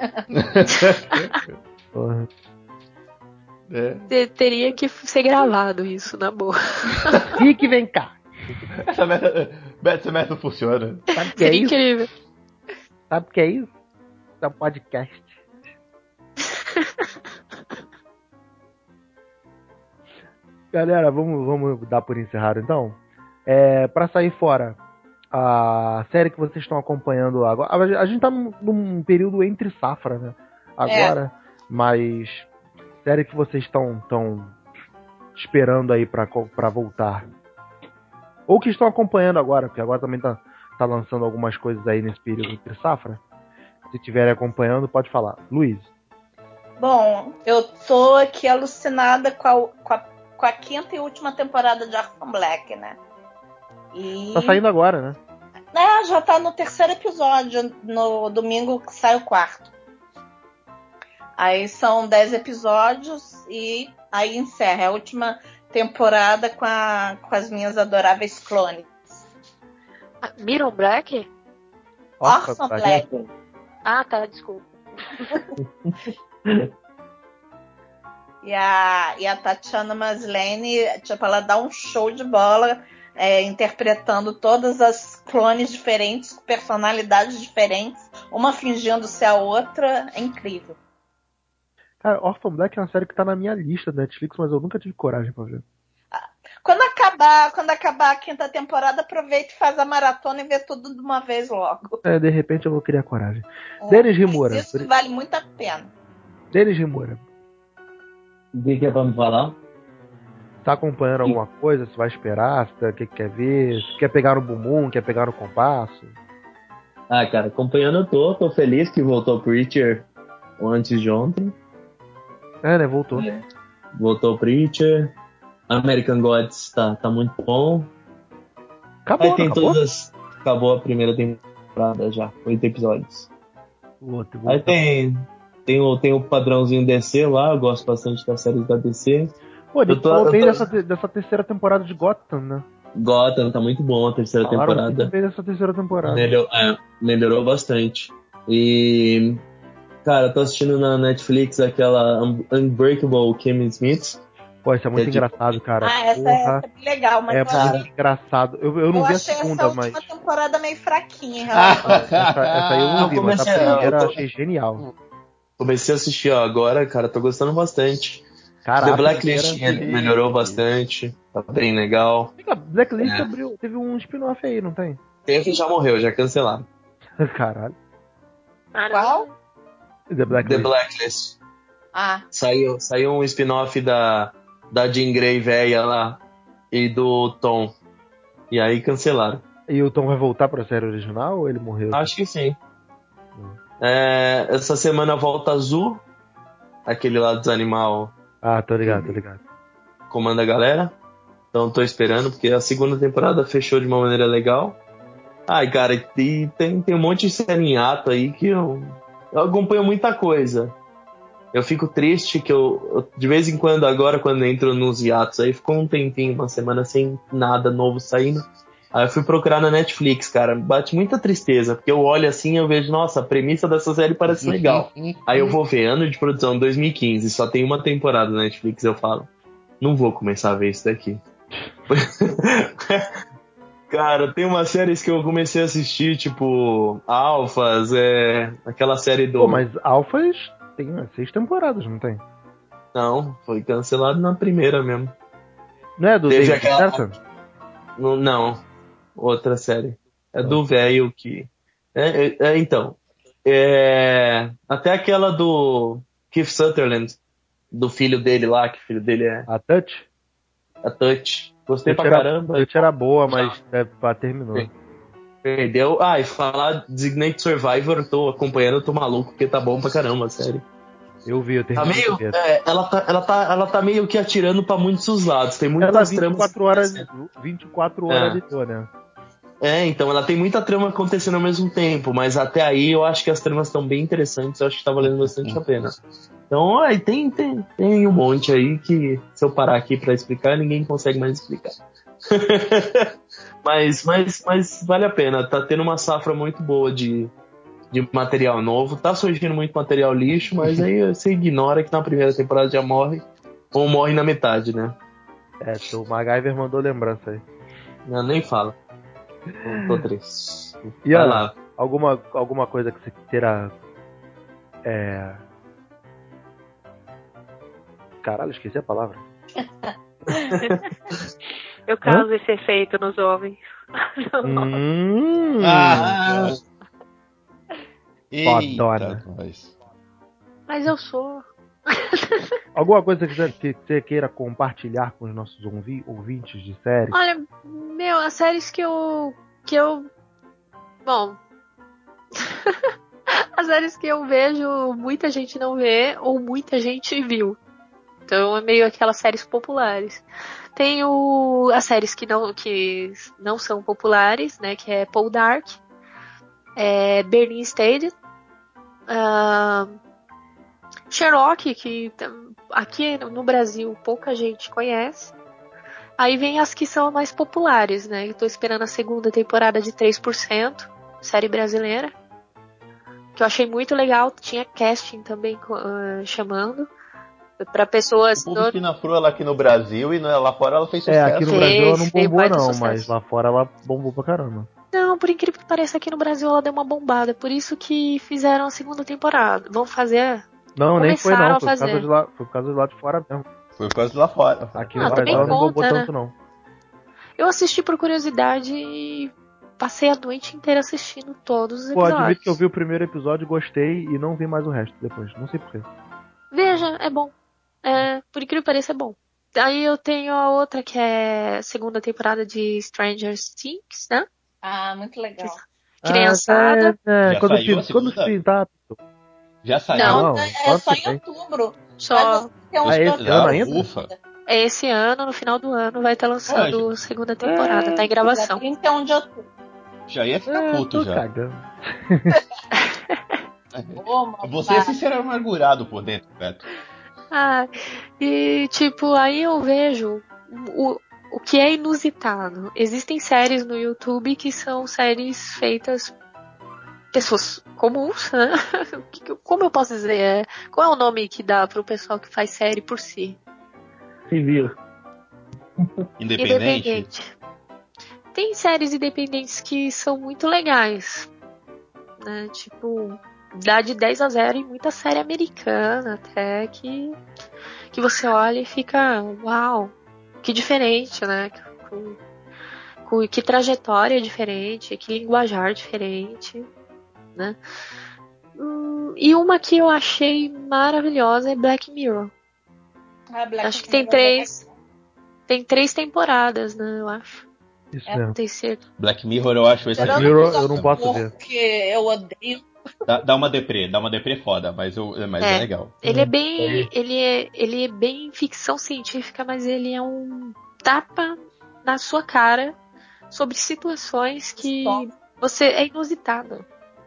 Porra. É. Te- Teria que ser gravado isso, na boa. Rick, vem cá. Essa meta, Beto, essa meta não funciona. Sabe o que é Seria isso? incrível. Sabe o que é isso? É um podcast. Galera, vamos, vamos dar por encerrado então. É, para sair fora, a série que vocês estão acompanhando agora. A gente tá num, num período entre safra, né? Agora, mas série que vocês estão tão esperando aí pra, co- pra voltar. Ou que estão acompanhando agora, porque agora também tá, tá lançando algumas coisas aí nesse período entre safra. Se estiverem acompanhando, pode falar. Luiz. Bom, eu tô aqui alucinada com a, com a, com a quinta e última temporada de Orphan Black, né? E... Tá saindo agora, né? É, já tá no terceiro episódio, no domingo que sai o quarto. Aí são dez episódios e aí encerra. É a última temporada com, a, com as minhas adoráveis clones. Ah, Miron Black? Orphan Orphan Black. Black. Ah, tá, desculpa. E a, e a Tatiana Maslany, tipo, ela dá um show de bola, é, interpretando todas as clones diferentes, com personalidades diferentes, uma fingindo ser a outra. É incrível. Cara, Orphan Black é uma série que tá na minha lista da Netflix, mas eu nunca tive coragem pra ver. Quando acabar, quando acabar a quinta temporada, aproveita e faz a maratona e vê tudo de uma vez logo. É, de repente eu vou criar coragem. É, Denis Rimura. mas Isso vale muito a pena. Denis Rimura. O que, que é pra me falar? Tá acompanhando alguma coisa? Se vai esperar? Se tá, o que que quer ver? Se quer pegar no bumbum? Quer pegar no compasso? Ah, cara, acompanhando eu tô, tô feliz que voltou o Preacher antes de ontem. É, né? Voltou. Voltou o Preacher. American Gods tá, tá muito bom. Acabou, Aí tem não acabou? todas. Acabou a primeira temporada já, oito episódios. O outro, Aí voltou. tem, tem, o, tem o padrãozinho D C lá, eu gosto bastante das séries da D C. Pô, ele eu tô- falou eu bem tô- dessa, te- dessa terceira temporada de Gotham, né? Gotham tá muito bom a terceira Falaram temporada. muito bem dessa terceira temporada. Melhor, é, melhorou bastante. E, cara, eu tô assistindo na Netflix aquela Un- Unbreakable Kimmy Smith. Pô, isso é muito É tipo- engraçado, cara. Ah, essa, Porra, essa é bem legal, mas é eu muito achei, engraçado. Eu, eu não eu vi a achei segunda, essa mas... última temporada meio fraquinha, em Ah, relação a- Essa, essa aí eu não Eu vi, mas a comecei a- primeira eu eu tô- achei genial. Comecei a assistir ó, agora, cara, tô gostando bastante. Caraca, The Blacklist primeira- ele melhorou bastante, tá bem legal. Blacklist É. abriu, teve um spin-off aí, não tem? Tem que já morreu, já cancelaram. Caralho. Ah, não. Qual? The The Blacklist. Blacklist. Ah, Saiu, saiu um spin-off da, da Jean Grey velha lá e do Tom. E aí cancelaram. E o Tom vai voltar pra série original ou ele morreu? Acho que sim. Hum. É, essa semana volta Azul, aquele lá dos animal Ah, tô ligado, tô ligado. comanda a galera. Então tô esperando, porque a segunda temporada fechou de uma maneira legal. Ai, cara, e tem, tem um monte de série em ato aí que eu, eu acompanho muita coisa. Eu fico triste que eu, eu, de vez em quando, agora, quando entro nos hiatos, aí ficou um tempinho, uma semana sem nada novo saindo. Aí eu fui procurar na Netflix, cara. Bate muita tristeza, porque eu olho assim e eu vejo, nossa, a premissa dessa série parece legal. Aí eu vou ver, ano de produção dois mil e quinze, só tem uma temporada na Netflix, eu falo, não vou começar a ver isso daqui. Cara, tem umas séries que eu comecei a assistir, tipo, Alphas, é... aquela série do... Pô, mas Alphas tem umas seis temporadas, não tem? Não, foi cancelado na primeira mesmo. Não é do Teve David aquela- Nathan? Não, não, outra série. É do velho que... É, é, é, então, é... até aquela do Keith Sutherland, do filho dele lá, que o filho dele é A Touch? a Touch. Gostei Eu pra tinha- caramba. Eu era boa, mas é, pá, terminou. Sim. Perdeu. Ah, e falar Designated Survivor, eu tô acompanhando, eu tô maluco, porque tá bom pra caramba, sério. Eu vi, eu Tá terminei. meio. de ver. é, ela, tá, ela, tá, ela tá meio que atirando pra muitos os lados. Tem Ela muitas vinte e tramas. quatro horas, acontecendo. vinte e quatro horas É. ali, tô, né? É, então ela tem muita trama acontecendo ao mesmo tempo, mas até aí eu acho que as tramas estão bem interessantes, eu acho que tá valendo bastante a pena. Então, aí tem, tem, tem um monte aí que, se eu parar aqui pra explicar, ninguém consegue mais explicar. mas, mas, mas vale a pena, tá tendo uma safra muito boa de, de material novo, tá surgindo muito material lixo, mas aí você ignora que na primeira temporada já morre, ou morre na metade, né? É, o MacGyver mandou lembrança aí. Eu nem falo. Eu tô triste. E Vai ó, lá. alguma, alguma coisa que você queira. É. Caralho, esqueci a palavra. Eu causo esse efeito nos homens. Hum, Ah! Fodona. Eita, nós. Mas eu sou. Alguma coisa que você, que você queira compartilhar com os nossos ouvi- ouvintes de série? Olha, meu, as séries que eu. que eu. Bom. As séries que eu vejo, muita gente não vê, ou muita gente viu. Então é meio aquelas séries populares. Tem o, as séries que não, que não são populares, né? Que é Paul Dark, é Berlin Stage, uh, Sherlock, que aqui no Brasil pouca gente conhece. Aí vem as que são mais populares, né? Estou esperando a segunda temporada de três por cento, série brasileira, que eu achei muito legal. Tinha casting também uh, chamando para pessoas. O povo espinafrou ela aqui no Brasil e lá fora ela fez sucesso. É, aqui no Fez, Brasil ela não fez bombou baita não, sucesso. mas lá fora ela bombou pra caramba. Não, por incrível que pareça, aqui no Brasil ela deu uma bombada. Por isso que fizeram a segunda temporada. Vão fazer. Não, nem foi Começaram não, a foi por, fazer. causa de lá, foi por causa de lá de fora mesmo. Foi por causa de lá fora. Aqui Ah, no Brasil também ela não bombou conta, né? tanto não. Eu assisti por curiosidade e passei a noite inteira assistindo todos os Pô, episódios. admito que eu vi o primeiro episódio, gostei e não vi mais o resto depois. Não sei porquê. Veja, é bom. É, por incrível que pareça, é bom. Aí eu tenho a outra que é a segunda temporada de Stranger Things, né? Ah, muito legal. Criançada. Ah, é, é. Já Quando, saiu a pin- quando segunda? pintar. Já saiu. Não, Não, é claro só que em tem. outubro. Só Mas tem uns Ah, esse dois- ano ainda? Ufa. é esse ano, no final do ano, vai estar lançando Ué, a segunda temporada. Tá em gravação. trinta e um de outubro. Já ia ficar É, puto tô já. cagando. Ô, mano, Você é vai. sincero amargurado por dentro, Beto. Ah, e tipo, aí eu vejo o, o que é inusitado. Existem séries no YouTube que são séries feitas pessoas comuns, né? Como eu posso dizer? É, qual é o nome que dá pro pessoal que faz série por si? Civil. Independente. Tem séries independentes que são muito legais, né? Tipo, dá de dez a zero em muita série americana até que, que você olha e fica, uau, que diferente, né? Com, com, que trajetória diferente, que linguajar diferente, né? Hum, e uma que eu achei maravilhosa é Black Mirror. Ah, Black Acho que tem Mirror três. Tem três temporadas, né? Eu acho. Isso É, mesmo. Não tem certeza. Black Mirror eu acho esse. Tirando Mirror, os eu não posso ver. Porque eu odeio. Dá, dá uma deprê, dá uma deprê foda, mas, eu, mas é. É. legal. Ele é bem. Ele é, ele é bem ficção científica, mas ele é um tapa na sua cara sobre situações que Só. você é inusitado.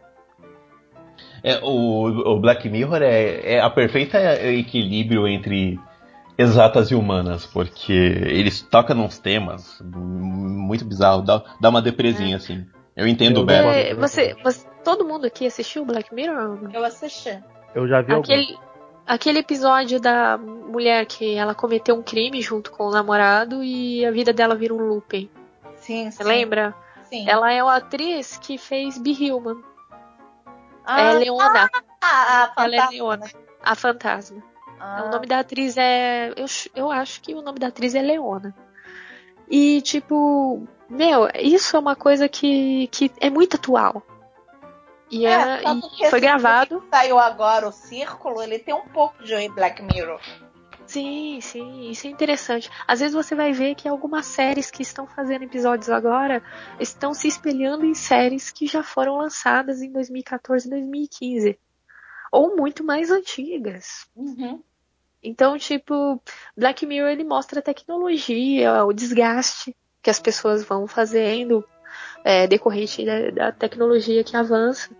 É, o, o Black Mirror é, é a perfeita equilíbrio entre exatas e humanas, porque eles tocam nos temas muito bizarros, dá, dá uma depresinha assim. Eu entendo Eu o Beto. gosto. É, você, você, todo mundo aqui assistiu Black Mirror? Eu assisti. Eu já vi algum. Aquele, aquele episódio da mulher que ela cometeu um crime junto com o namorado e a vida dela vira um looping. Sim, Você sim. lembra? Sim. Ela é uma atriz que fez Be Human. Ah, É Leona. ah, ah, Ela é fantasma. Leona. A fantasma. Ah, O nome da atriz é. Eu, eu acho que o nome da atriz é Leona. E, tipo, meu, isso é uma coisa que, que é muito atual. E, É, é, tanto e que foi esse gravado. filme que saiu agora, o Círculo, ele tem um pouco de Black Mirror. Sim, sim, isso é interessante. Às vezes você vai ver que algumas séries que estão fazendo episódios agora estão se espelhando em séries que já foram lançadas em dois mil e quatorze e dois mil e quinze. Ou muito mais antigas. Uhum. Então, tipo, Black Mirror ele mostra a tecnologia, o desgaste que as pessoas vão fazendo é, decorrente da, da tecnologia que avança.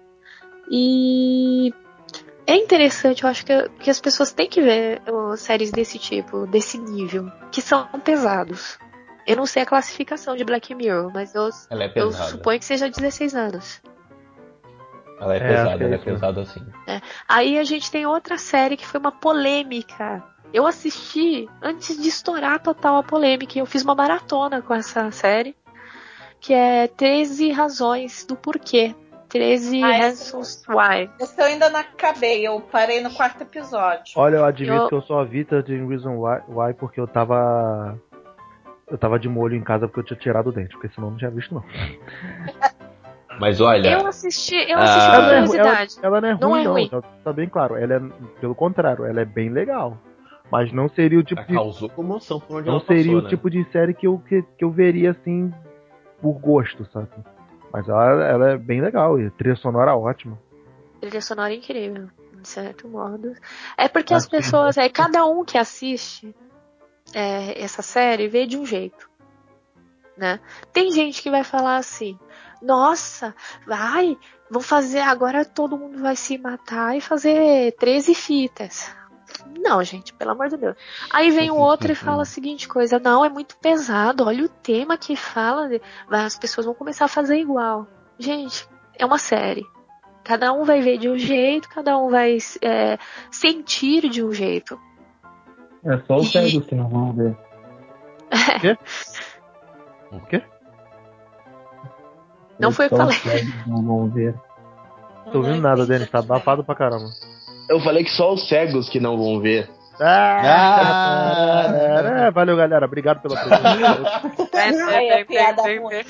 E é interessante, eu acho que, que as pessoas têm que ver uh, séries desse tipo, desse nível, que são pesados. Eu não sei a classificação de Black Mirror, mas eu, Ela é eu pesada. suponho que seja dezesseis anos. Ela é, É, pesada, acho que é ela é isso, né? pesada assim. É. Aí a gente tem outra série que foi uma polêmica. Eu assisti antes de estourar total a polêmica. Eu fiz uma maratona com essa série, que é treze Razões do Porquê. treze Ah, Reasons Why. Esse eu ainda não acabei, eu parei no quarto episódio. Olha, eu admito Eu- que eu só vi treze Reasons Why, why porque eu tava. Eu tava de molho em casa porque eu tinha tirado o dente, porque senão eu não tinha visto, não. Mas olha, Eu assisti, eu Ah. assisti Ela por não, é, ru- ela, curiosidade. ela não é ruim, Não não. é ruim. Tá, tá bem claro. Ela é, pelo contrário, ela é bem legal. Mas não seria o tipo ela de. causou comoção por onde Não ela passou, seria o né? tipo de série que eu, que, que eu veria assim por gosto, sabe? Mas ela, ela é bem legal e a trilha sonora ótima. Trilha sonora incrível, de certo modo. É porque Ah, as sim. pessoas, é, cada um que assiste é, essa série vê de um jeito, né? Tem gente que vai falar assim, nossa, vai, vou fazer, agora todo mundo vai se matar e fazer treze fitas. Não, gente, pelo amor de Deus. Aí vem o outro e fala a seguinte coisa, não, é muito pesado, olha o tema que fala, de- as pessoas vão começar a fazer igual. Gente, é uma série. Cada um vai ver de um jeito, cada um vai é, sentir de um jeito. É só os E- cegos que não vão ver. O quê? Não foi o que Só eu os falei. cegos não vão ver. Tô ouvindo nada, Denis, tá abafado pra caramba. Eu falei que só os cegos que não vão ver. Ah, é, valeu, galera. Obrigado pela presença. Ai, é piada ruim.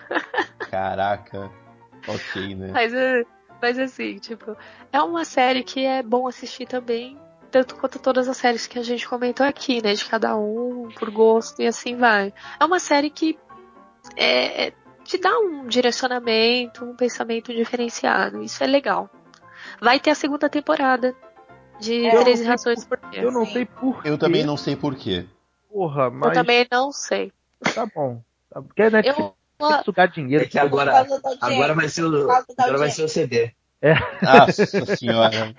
Caraca. Ok, né? Mas, é- mas assim, tipo, é uma série que é bom assistir também, tanto quanto todas as séries que a gente comentou aqui, né? De cada um, por gosto e assim vai. É uma série que é, é- te dá um direcionamento, um pensamento diferenciado. Isso é legal. Vai ter a segunda temporada de É, treze Razões por Quê. Eu não sei por Eu também não sei porquê. Porra, Eu mas também não sei. tá bom. Tá- Porque a Netflix Eu, tem que sugar dinheiro. É que Por agora, causa da audiência, agora vai ser o, por causa da agora vai ser audiência. o C D. Nossa senhora.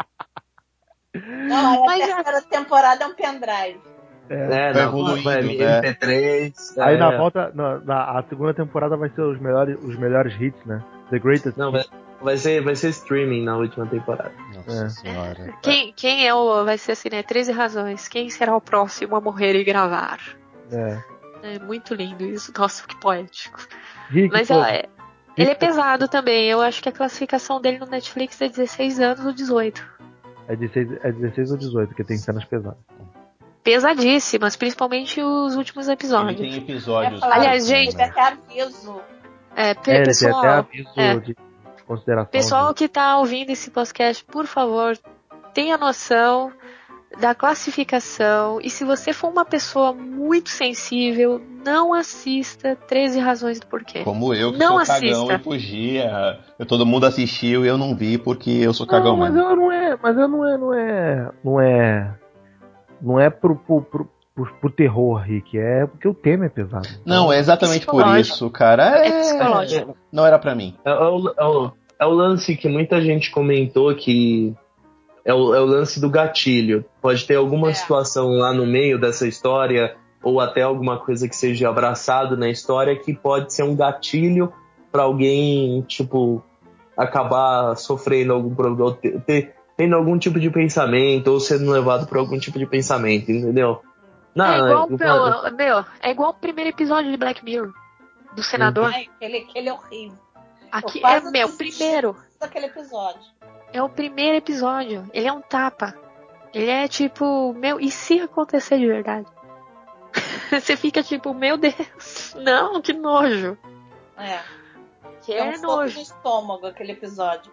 Não, aí a Mas é- terceira temporada é um pendrive. É. É, Vai não, evoluindo, vai né? M P três. Aí é. na volta, na, na- a segunda temporada vai ser os melhores, os melhores hits, né? The Greatest. Não, vai, vai ser, vai ser streaming na última temporada. Nossa É. senhora. quem, quem é o. Vai ser assim, né? treze Razões. Quem será o próximo a morrer e gravar? É. É muito lindo isso. Nossa, que poético. Rick, Mas pô, ó, é- ele é Rick- pesado também. Eu acho que a classificação dele no Netflix é dezesseis anos ou dezoito. é, dezesseis, é dezesseis ou dezoito, que tem cenas pesadas. Pesadíssimas, principalmente os últimos Ele episódios. tem episódios. É falar, Aliás, assim, gente, Teve né? até aviso. É, pe- É, ele tem pessoal, até aviso é. de consideração. pessoal que tá ouvindo esse podcast, por favor, tenha noção da classificação. E se você for uma pessoa muito sensível, não assista treze Razões do Porquê. Como eu, que Não sou cagão assista. e fugia. Eu- Todo mundo assistiu e eu não vi porque eu sou Não, cagão mas mesmo. ela não é, mas ela não é, não é, não é, não é pro, pro, pro, pro, pro terror, Rick, é porque o tema é pesado. Não, é exatamente por Psicológico. isso, cara. É É... psicológico. Não era pra mim. É, é o, é, o, é o lance que muita gente comentou que é o, é o lance do gatilho. Pode ter alguma É. situação lá no meio dessa história ou até alguma coisa que seja abraçado na história que pode ser um gatilho pra alguém, tipo, acabar sofrendo algum problema, ou ter, ter- tendo algum tipo de pensamento ou sendo levado por algum tipo de pensamento, entendeu? Não, é igual, eu- meu, meu, é igual o primeiro episódio de Black Mirror. Do senador. Ai, aquele, aquele é horrível. Aqui Eu quase é meu desisti primeiro. daquele episódio. É o primeiro episódio. Ele é um tapa. Ele é tipo, meu, e se acontecer de verdade? Você fica tipo, meu Deus, não, que nojo. É. Que É um é soco no nojo. estômago aquele episódio.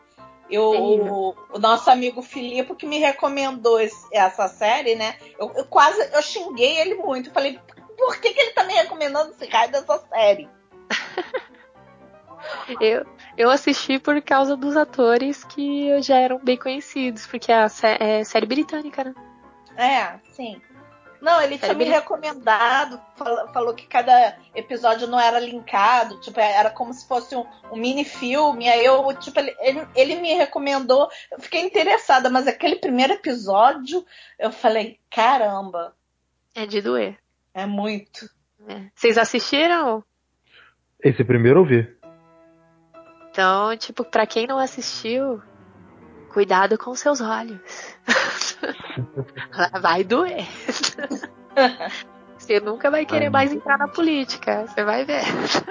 Eu, o, o nosso amigo Filipe, que me recomendou esse, essa série, né? Eu, eu quase eu xinguei ele muito. Falei, por que, que ele tá me recomendando esse raio dessa série? eu, eu assisti por causa dos atores que já eram bem conhecidos, porque é a sé- é série britânica, né? É, sim. Não, ele tinha me recomendado, falou, falou que cada episódio não era linkado, tipo, era como se fosse um, um mini-filme. Aí eu, tipo, ele, ele, ele me recomendou, eu fiquei interessada, mas aquele primeiro episódio, eu falei, caramba. É de doer. É muito. É. Vocês assistiram? Esse primeiro eu vi. Então, tipo, pra quem não assistiu, cuidado com seus olhos. Vai doer. Você nunca vai querer mais entrar na política. Você vai ver.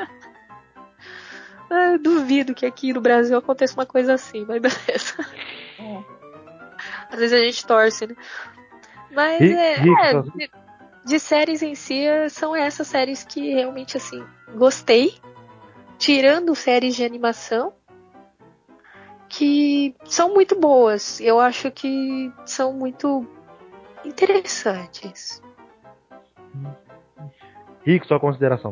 Eu duvido que aqui no Brasil aconteça uma coisa assim, mas beleza. Às vezes a gente torce, né? Mas E- é, e- é, de, de séries em si, são essas séries que realmente, assim, gostei. Tirando séries de animação, que são muito boas. Eu acho que são muito interessantes. Rick, sua consideração.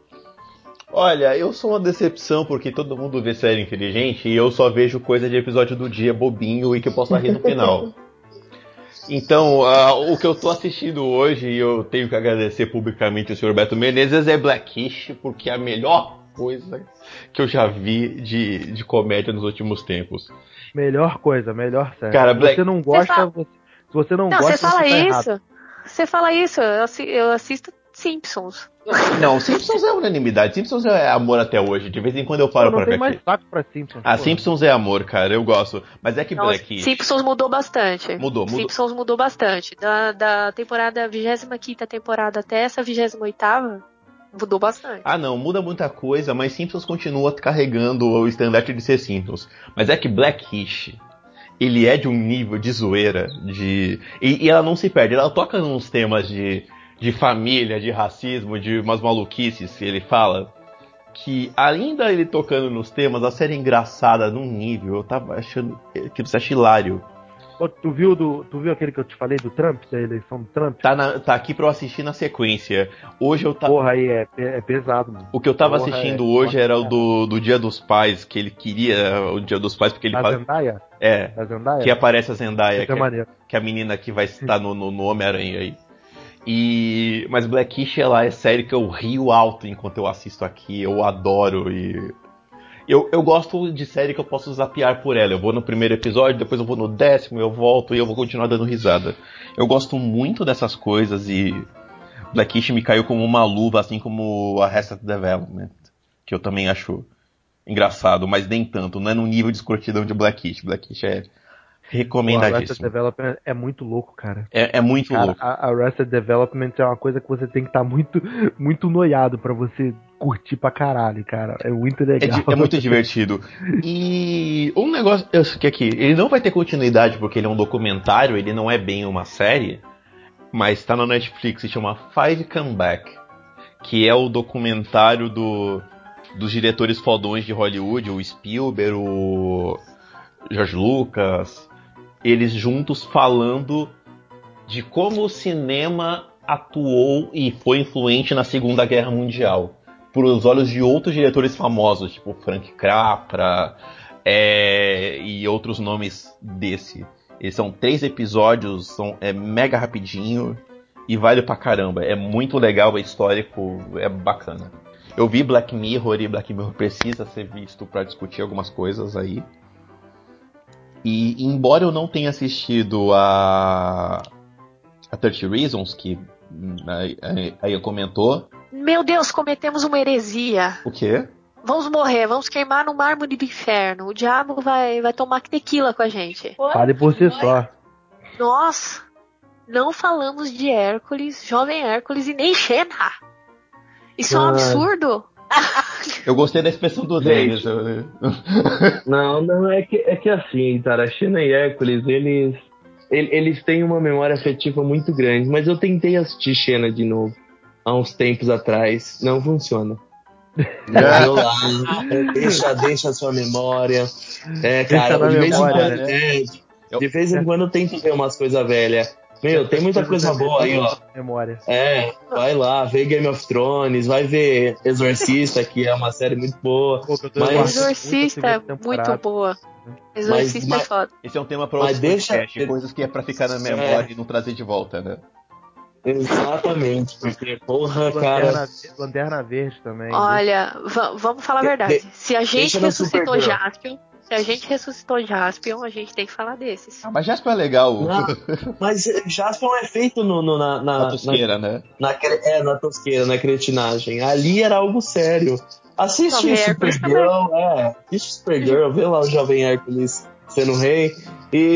Olha, eu sou uma decepção porque todo mundo vê série inteligente e eu só vejo coisa de episódio do dia bobinho e que eu posso rir no final. Então, uh, o que eu tô assistindo hoje, e eu tenho que agradecer publicamente o senhor Beto Menezes, é Blackish, porque é a melhor coisa que eu já vi de, de comédia nos últimos tempos. Melhor coisa, melhor série. Cara, se Black- você não gosta, Você fala- você- se você não, Não, gosta, você fala você tá errado. isso. Você fala isso. Eu, assi- eu assisto Simpsons. Não, Simpsons é unanimidade. Simpsons é amor até hoje. De vez em quando eu paro Pô, não pra tem ver mais aqui. saco pra Simpsons. Ah, pô. Simpsons é amor, cara. Eu gosto. Mas é que Não, Blackish... Simpsons mudou bastante. Mudou, mudou. Simpsons mudou bastante. Da, da temporada, vigésima quinta temporada até essa vigésima oitava, mudou bastante. Ah, não, muda muita coisa, mas Simpsons continua carregando o estandarte de ser Simpsons. Mas é que Blackish, ele é de um nível de zoeira, de... E, e ela não se perde, ela toca nos temas de, de família, de racismo, de umas maluquices que ele fala, que ainda ele tocando nos temas, a série é engraçada num nível, eu tava achando que você acha hilário. Pô, tu viu, do, tu viu aquele que eu te falei do Trump, da eleição do Trump? Tá, na- tá aqui pra eu assistir na sequência. Hoje eu tava... Porra, aí é, é pesado, mano. O que eu tava Porra, assistindo é- hoje era o do, do Dia dos Pais, que ele queria o Dia dos Pais, porque ele Da fala. Zendaya? É, Da Zendaya? que aparece a Zendaya, Esse que é é, maneiro. que é a menina que vai estar no, no, no Homem-Aranha aí. E. Mas Blackish, ela é série que eu rio alto enquanto eu assisto aqui, eu adoro e. Eu, eu gosto de série que eu posso zapear por ela. Eu vou no primeiro episódio, depois eu vou no décimo, eu volto e eu vou continuar dando risada. Eu gosto muito dessas coisas e Blackish me caiu como uma luva, assim como a Arrested Development, que eu também acho engraçado, mas nem tanto. Não é no nível de escrotidão de Blackish. Blackish é O Arrested recomendadíssimo. Development é muito louco, cara. É, é muito Cara, louco. a Arrested Development é uma coisa que você tem que estar muito, muito noiado pra você curtir pra caralho, cara. É muito É, legal. di- é muito divertido. E um negócio eu, que aqui, ele não vai ter continuidade porque ele é um documentário, ele não é bem uma série, mas tá na Netflix, se chama Five Come Back, que é o documentário do, dos diretores fodões de Hollywood, o Spielberg, o George Lucas, eles juntos falando de como o cinema atuou e foi influente na Segunda Guerra Mundial, por os olhos de outros diretores famosos, tipo Frank Capra é, e outros nomes desse. Eles são três episódios, são, é mega rapidinho e vale pra caramba. É muito legal, é histórico, é bacana. Eu vi Black Mirror e Black Mirror precisa ser visto pra discutir algumas coisas aí. E embora eu não tenha assistido a, a thirty Reasons, que a Ian comentou. Meu Deus, cometemos uma heresia. O quê? Vamos morrer, vamos queimar no mármore do inferno. O diabo vai, vai tomar tequila com a gente. Fale por si só. Nós não falamos de Hércules, jovem Hércules e nem Xena. Isso é um Ah. absurdo. Eu gostei da expressão do Denis. Não, não, é que, é que assim, cara, Xena e Hércules, eles, ele- eles têm uma memória afetiva muito grande, mas eu tentei assistir Xena de novo, há uns tempos atrás, não funciona. Vê lá, deixa, deixa a sua memória. É, cara, Deixa na de vez em memória, quando, né? é, de vez em quando eu tento ver umas coisas velhas. Meu, tem muita coisa boa aí, ó. Memória. É, vai lá, vê Game of Thrones, vai ver Exorcista, que é uma série muito boa. Pô, que eu tô Mas- aguardando Exorcista muito a é segunda temporada. muito boa. Exorcista mas- é foda. Esse é um tema pra Mas outro deixa- podcast, coisas que é pra ficar na memória e não trazer de volta, né? Exatamente, porque, porra, cara. Lanterna, Lanterna Verde também. Olha, va- vamos falar a De- verdade. de- Se a gente deixa no ressuscitou Supergirl. Jaspion, se a gente ressuscitou Jaspion, a gente tem que falar desses. Ah, mas Jasper é legal. Não, mas Jaspion é feito no, no- na, na, A tosqueira, né? na, na, cre- é, na tosqueira, na cretinagem. Ali era algo sério. Assiste Jovem Hércules Supergirl, é. Assiste Supergirl, vê lá o Jovem Hércules sendo rei. E.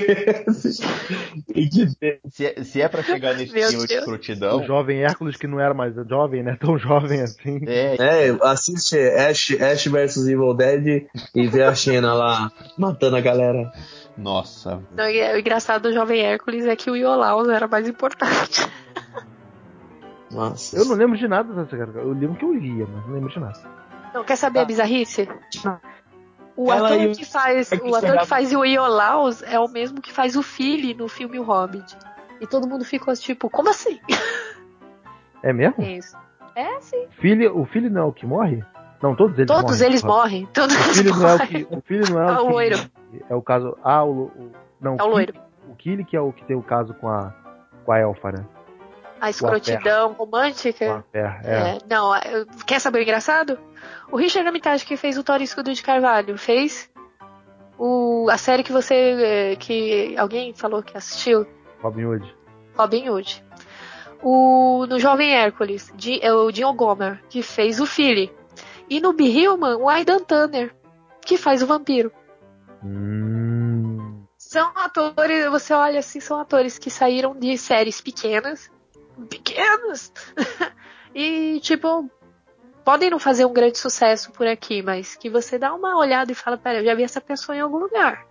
e que Se é, se é pra chegar nesse Meu nível de Deus. escrotidão, O jovem Hércules, que não era mais jovem, né? Tão jovem assim. é, É, assiste Ash, Ash versus Evil Dead e vê a Xena lá matando a galera. nossa. Não, e o engraçado do Jovem Hércules é que o Iolaus era mais importante. Nossa. Eu não lembro de nada dessa cara. Eu lembro que eu lia, mas não lembro de nada. Não, quer saber a bizarrice? O Ela ator e o- que faz, é que o ator chegava- que faz o Iolaus é o mesmo que faz o Philly no filme O Hobbit. E todo mundo ficou tipo, como assim? É mesmo? É isso. É, sim. Filho, o filho não é o que morre? Não, todos eles Todos morrem. eles morrem. Todos O eles filho não é o morrem. que. O filho não é É o o que. loiro. É o caso. Ah, o. o não, É o loiro. O Killy que é o que tem o caso com a. Com a Elfa, né? A escrotidão Com romântica. a Fer, é. É, não, eu- quer saber o engraçado? O Richard Armitage, que fez o Thor Escudo de Carvalho, fez o, a série que você. eh, que alguém falou que assistiu, Robin Hood. Robin Hood. O, no Jovem Hércules, Di- é o John Gomer, que fez o Philly. E no Be-Human, o Aidan Turner, que faz o vampiro. Hum. São atores, você olha assim, são atores que saíram de séries pequenas. Pequenas! E, tipo, podem não fazer um grande sucesso por aqui, mas que você dá uma olhada e fala, pera, eu já vi essa pessoa em algum lugar.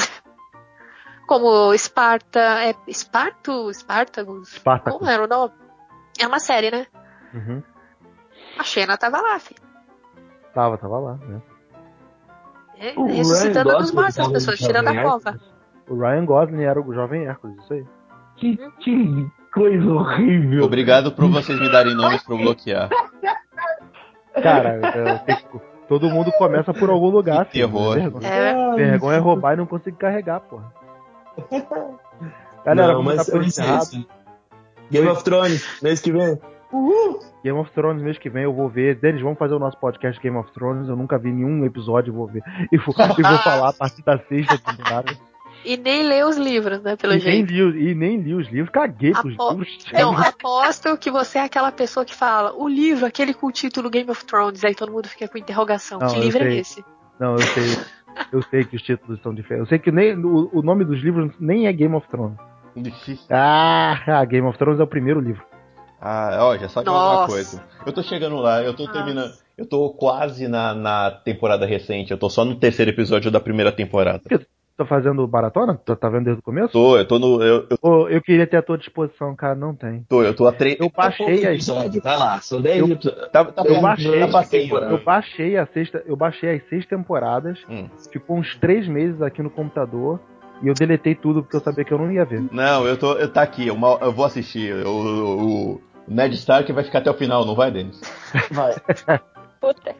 Como Esparta, é Esparto? Espartacus? Spartacus. Como era o nome? É uma série, né? Uhum. A Xena tava lá, filho. Tava, tava lá, né? É, O ressuscitando Ryan dos Gosling mortos, as tava pessoas, no tirando a Jovem cova. O Ryan Gosling era o jovem Hércules, isso aí. Que, que coisa horrível. Obrigado por vocês me darem nomes pra eu bloquear. Cara, eu tenho que- todo mundo começa por algum lugar, Que filho. terror. Vergonha. É, Vergonha é roubar e não conseguir carregar, porra. Galera, não, vamos mas dar por eu sei encerrado. isso. Game of Thrones, mês que vem. Game of Thrones mês que vem eu vou ver. Denis, vamos fazer o nosso podcast Game of Thrones. Eu nunca vi nenhum episódio, vou ver. E vou, e vou falar a partir da sexta temporada. e nem lê os livros, né, pelo E nem, jeito. li, os- e nem li os livros. Caguei pros Apo- livros. Não, aposto que você é aquela pessoa que fala o livro, aquele com o título Game of Thrones, aí todo mundo fica com interrogação. Não, que eu livro é sei. esse? Não, eu sei. Eu sei que os títulos são diferentes. Eu sei que nem, o, o nome dos livros nem é Game of Thrones. Ah, ah, Game of Thrones é o primeiro livro. Ah, ó, já sabe alguma Nossa. coisa. Eu tô chegando lá, eu tô Nossa. terminando. Eu tô quase na, na temporada recente, eu tô só no terceiro episódio da primeira temporada. Tá fazendo maratona? Tá, tá vendo desde o começo? Tô, eu tô no. Eu, eu Pô, eu queria ter a tua disposição, cara, não tem. tô, eu tô a três. Eu baixei as. Episódio, vai lá, são dez Eu- episódios. Tá, tá, Eu baixei, tá pra temporada. eu baixei a sexta, eu baixei as seis temporadas, Hum. ficou uns três meses aqui no computador e eu deletei tudo porque eu sabia que eu não ia ver. Não, eu tô. Eu tá aqui, eu, mal- eu vou assistir. Eu- O, o Ned Stark vai ficar até o final, não vai, Denis? Vai. Puta.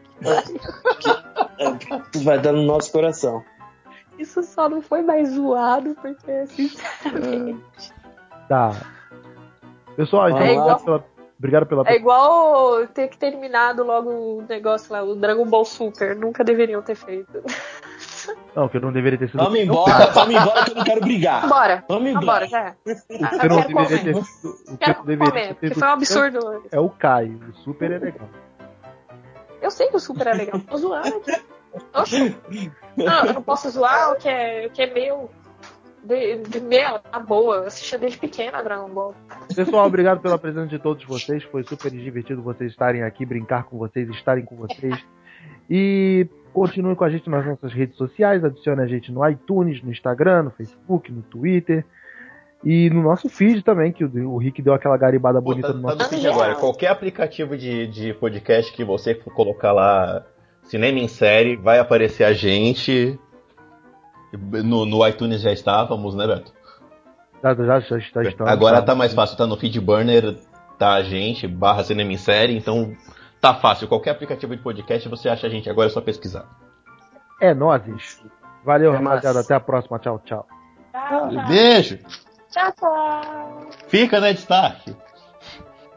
Tu vai dar no nosso coração. Isso só não foi mais zoado, porque, sinceramente. Tá. Pessoal, então, É obrigado, igual- pela, obrigado pela. É igual ter que terminado logo o negócio lá, o Dragon Ball Super. Nunca deveriam ter feito. Não, que eu não deveria ter sido. Vamos embora, vamos embora que eu não quero brigar. Bora, Vamos embora. vambora, já. é. O Ah, que eu eu não quero deveria comer. ter sido. O que eu Quero deveria comer, ter porque sido foi um absurdo. é o Caio. O Super é legal. Eu sei que o Super é legal, tô zoando aqui. Oxe. Não, eu não posso zoar o que é, o que é meu. De, de meu, na boa. Eu assistia desde pequena Dragon Ball. Pessoal, obrigado pela presença de todos vocês. Foi super divertido vocês estarem aqui, brincar com vocês, estarem com vocês. E continue com a gente nas nossas redes sociais. Adicione a gente no iTunes, no Instagram, no Facebook, no Twitter. E no nosso feed também, que o, o Rick deu aquela garibada Pô, bonita tá, no tá nosso no feed agora. Qualquer aplicativo de, de podcast que você for colocar lá, Cinema em Série, vai aparecer a gente. No, no iTunes já estávamos, né, Beto? Já, já, já, já estamos. Agora tá mais fácil, tá no Feedburner, tá a gente, barra Cinema em Série, então tá fácil. Qualquer aplicativo de podcast você acha a gente, agora é só pesquisar. É nozes. Valeu, É rapaziada. massa. Até a próxima. Tchau, tchau. Tchau, tchau. Beijo! Tchau, tchau. Fica, né, destaque.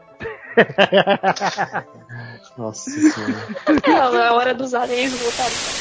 Nossa senhora. Não, é a hora dos anéis voltarem.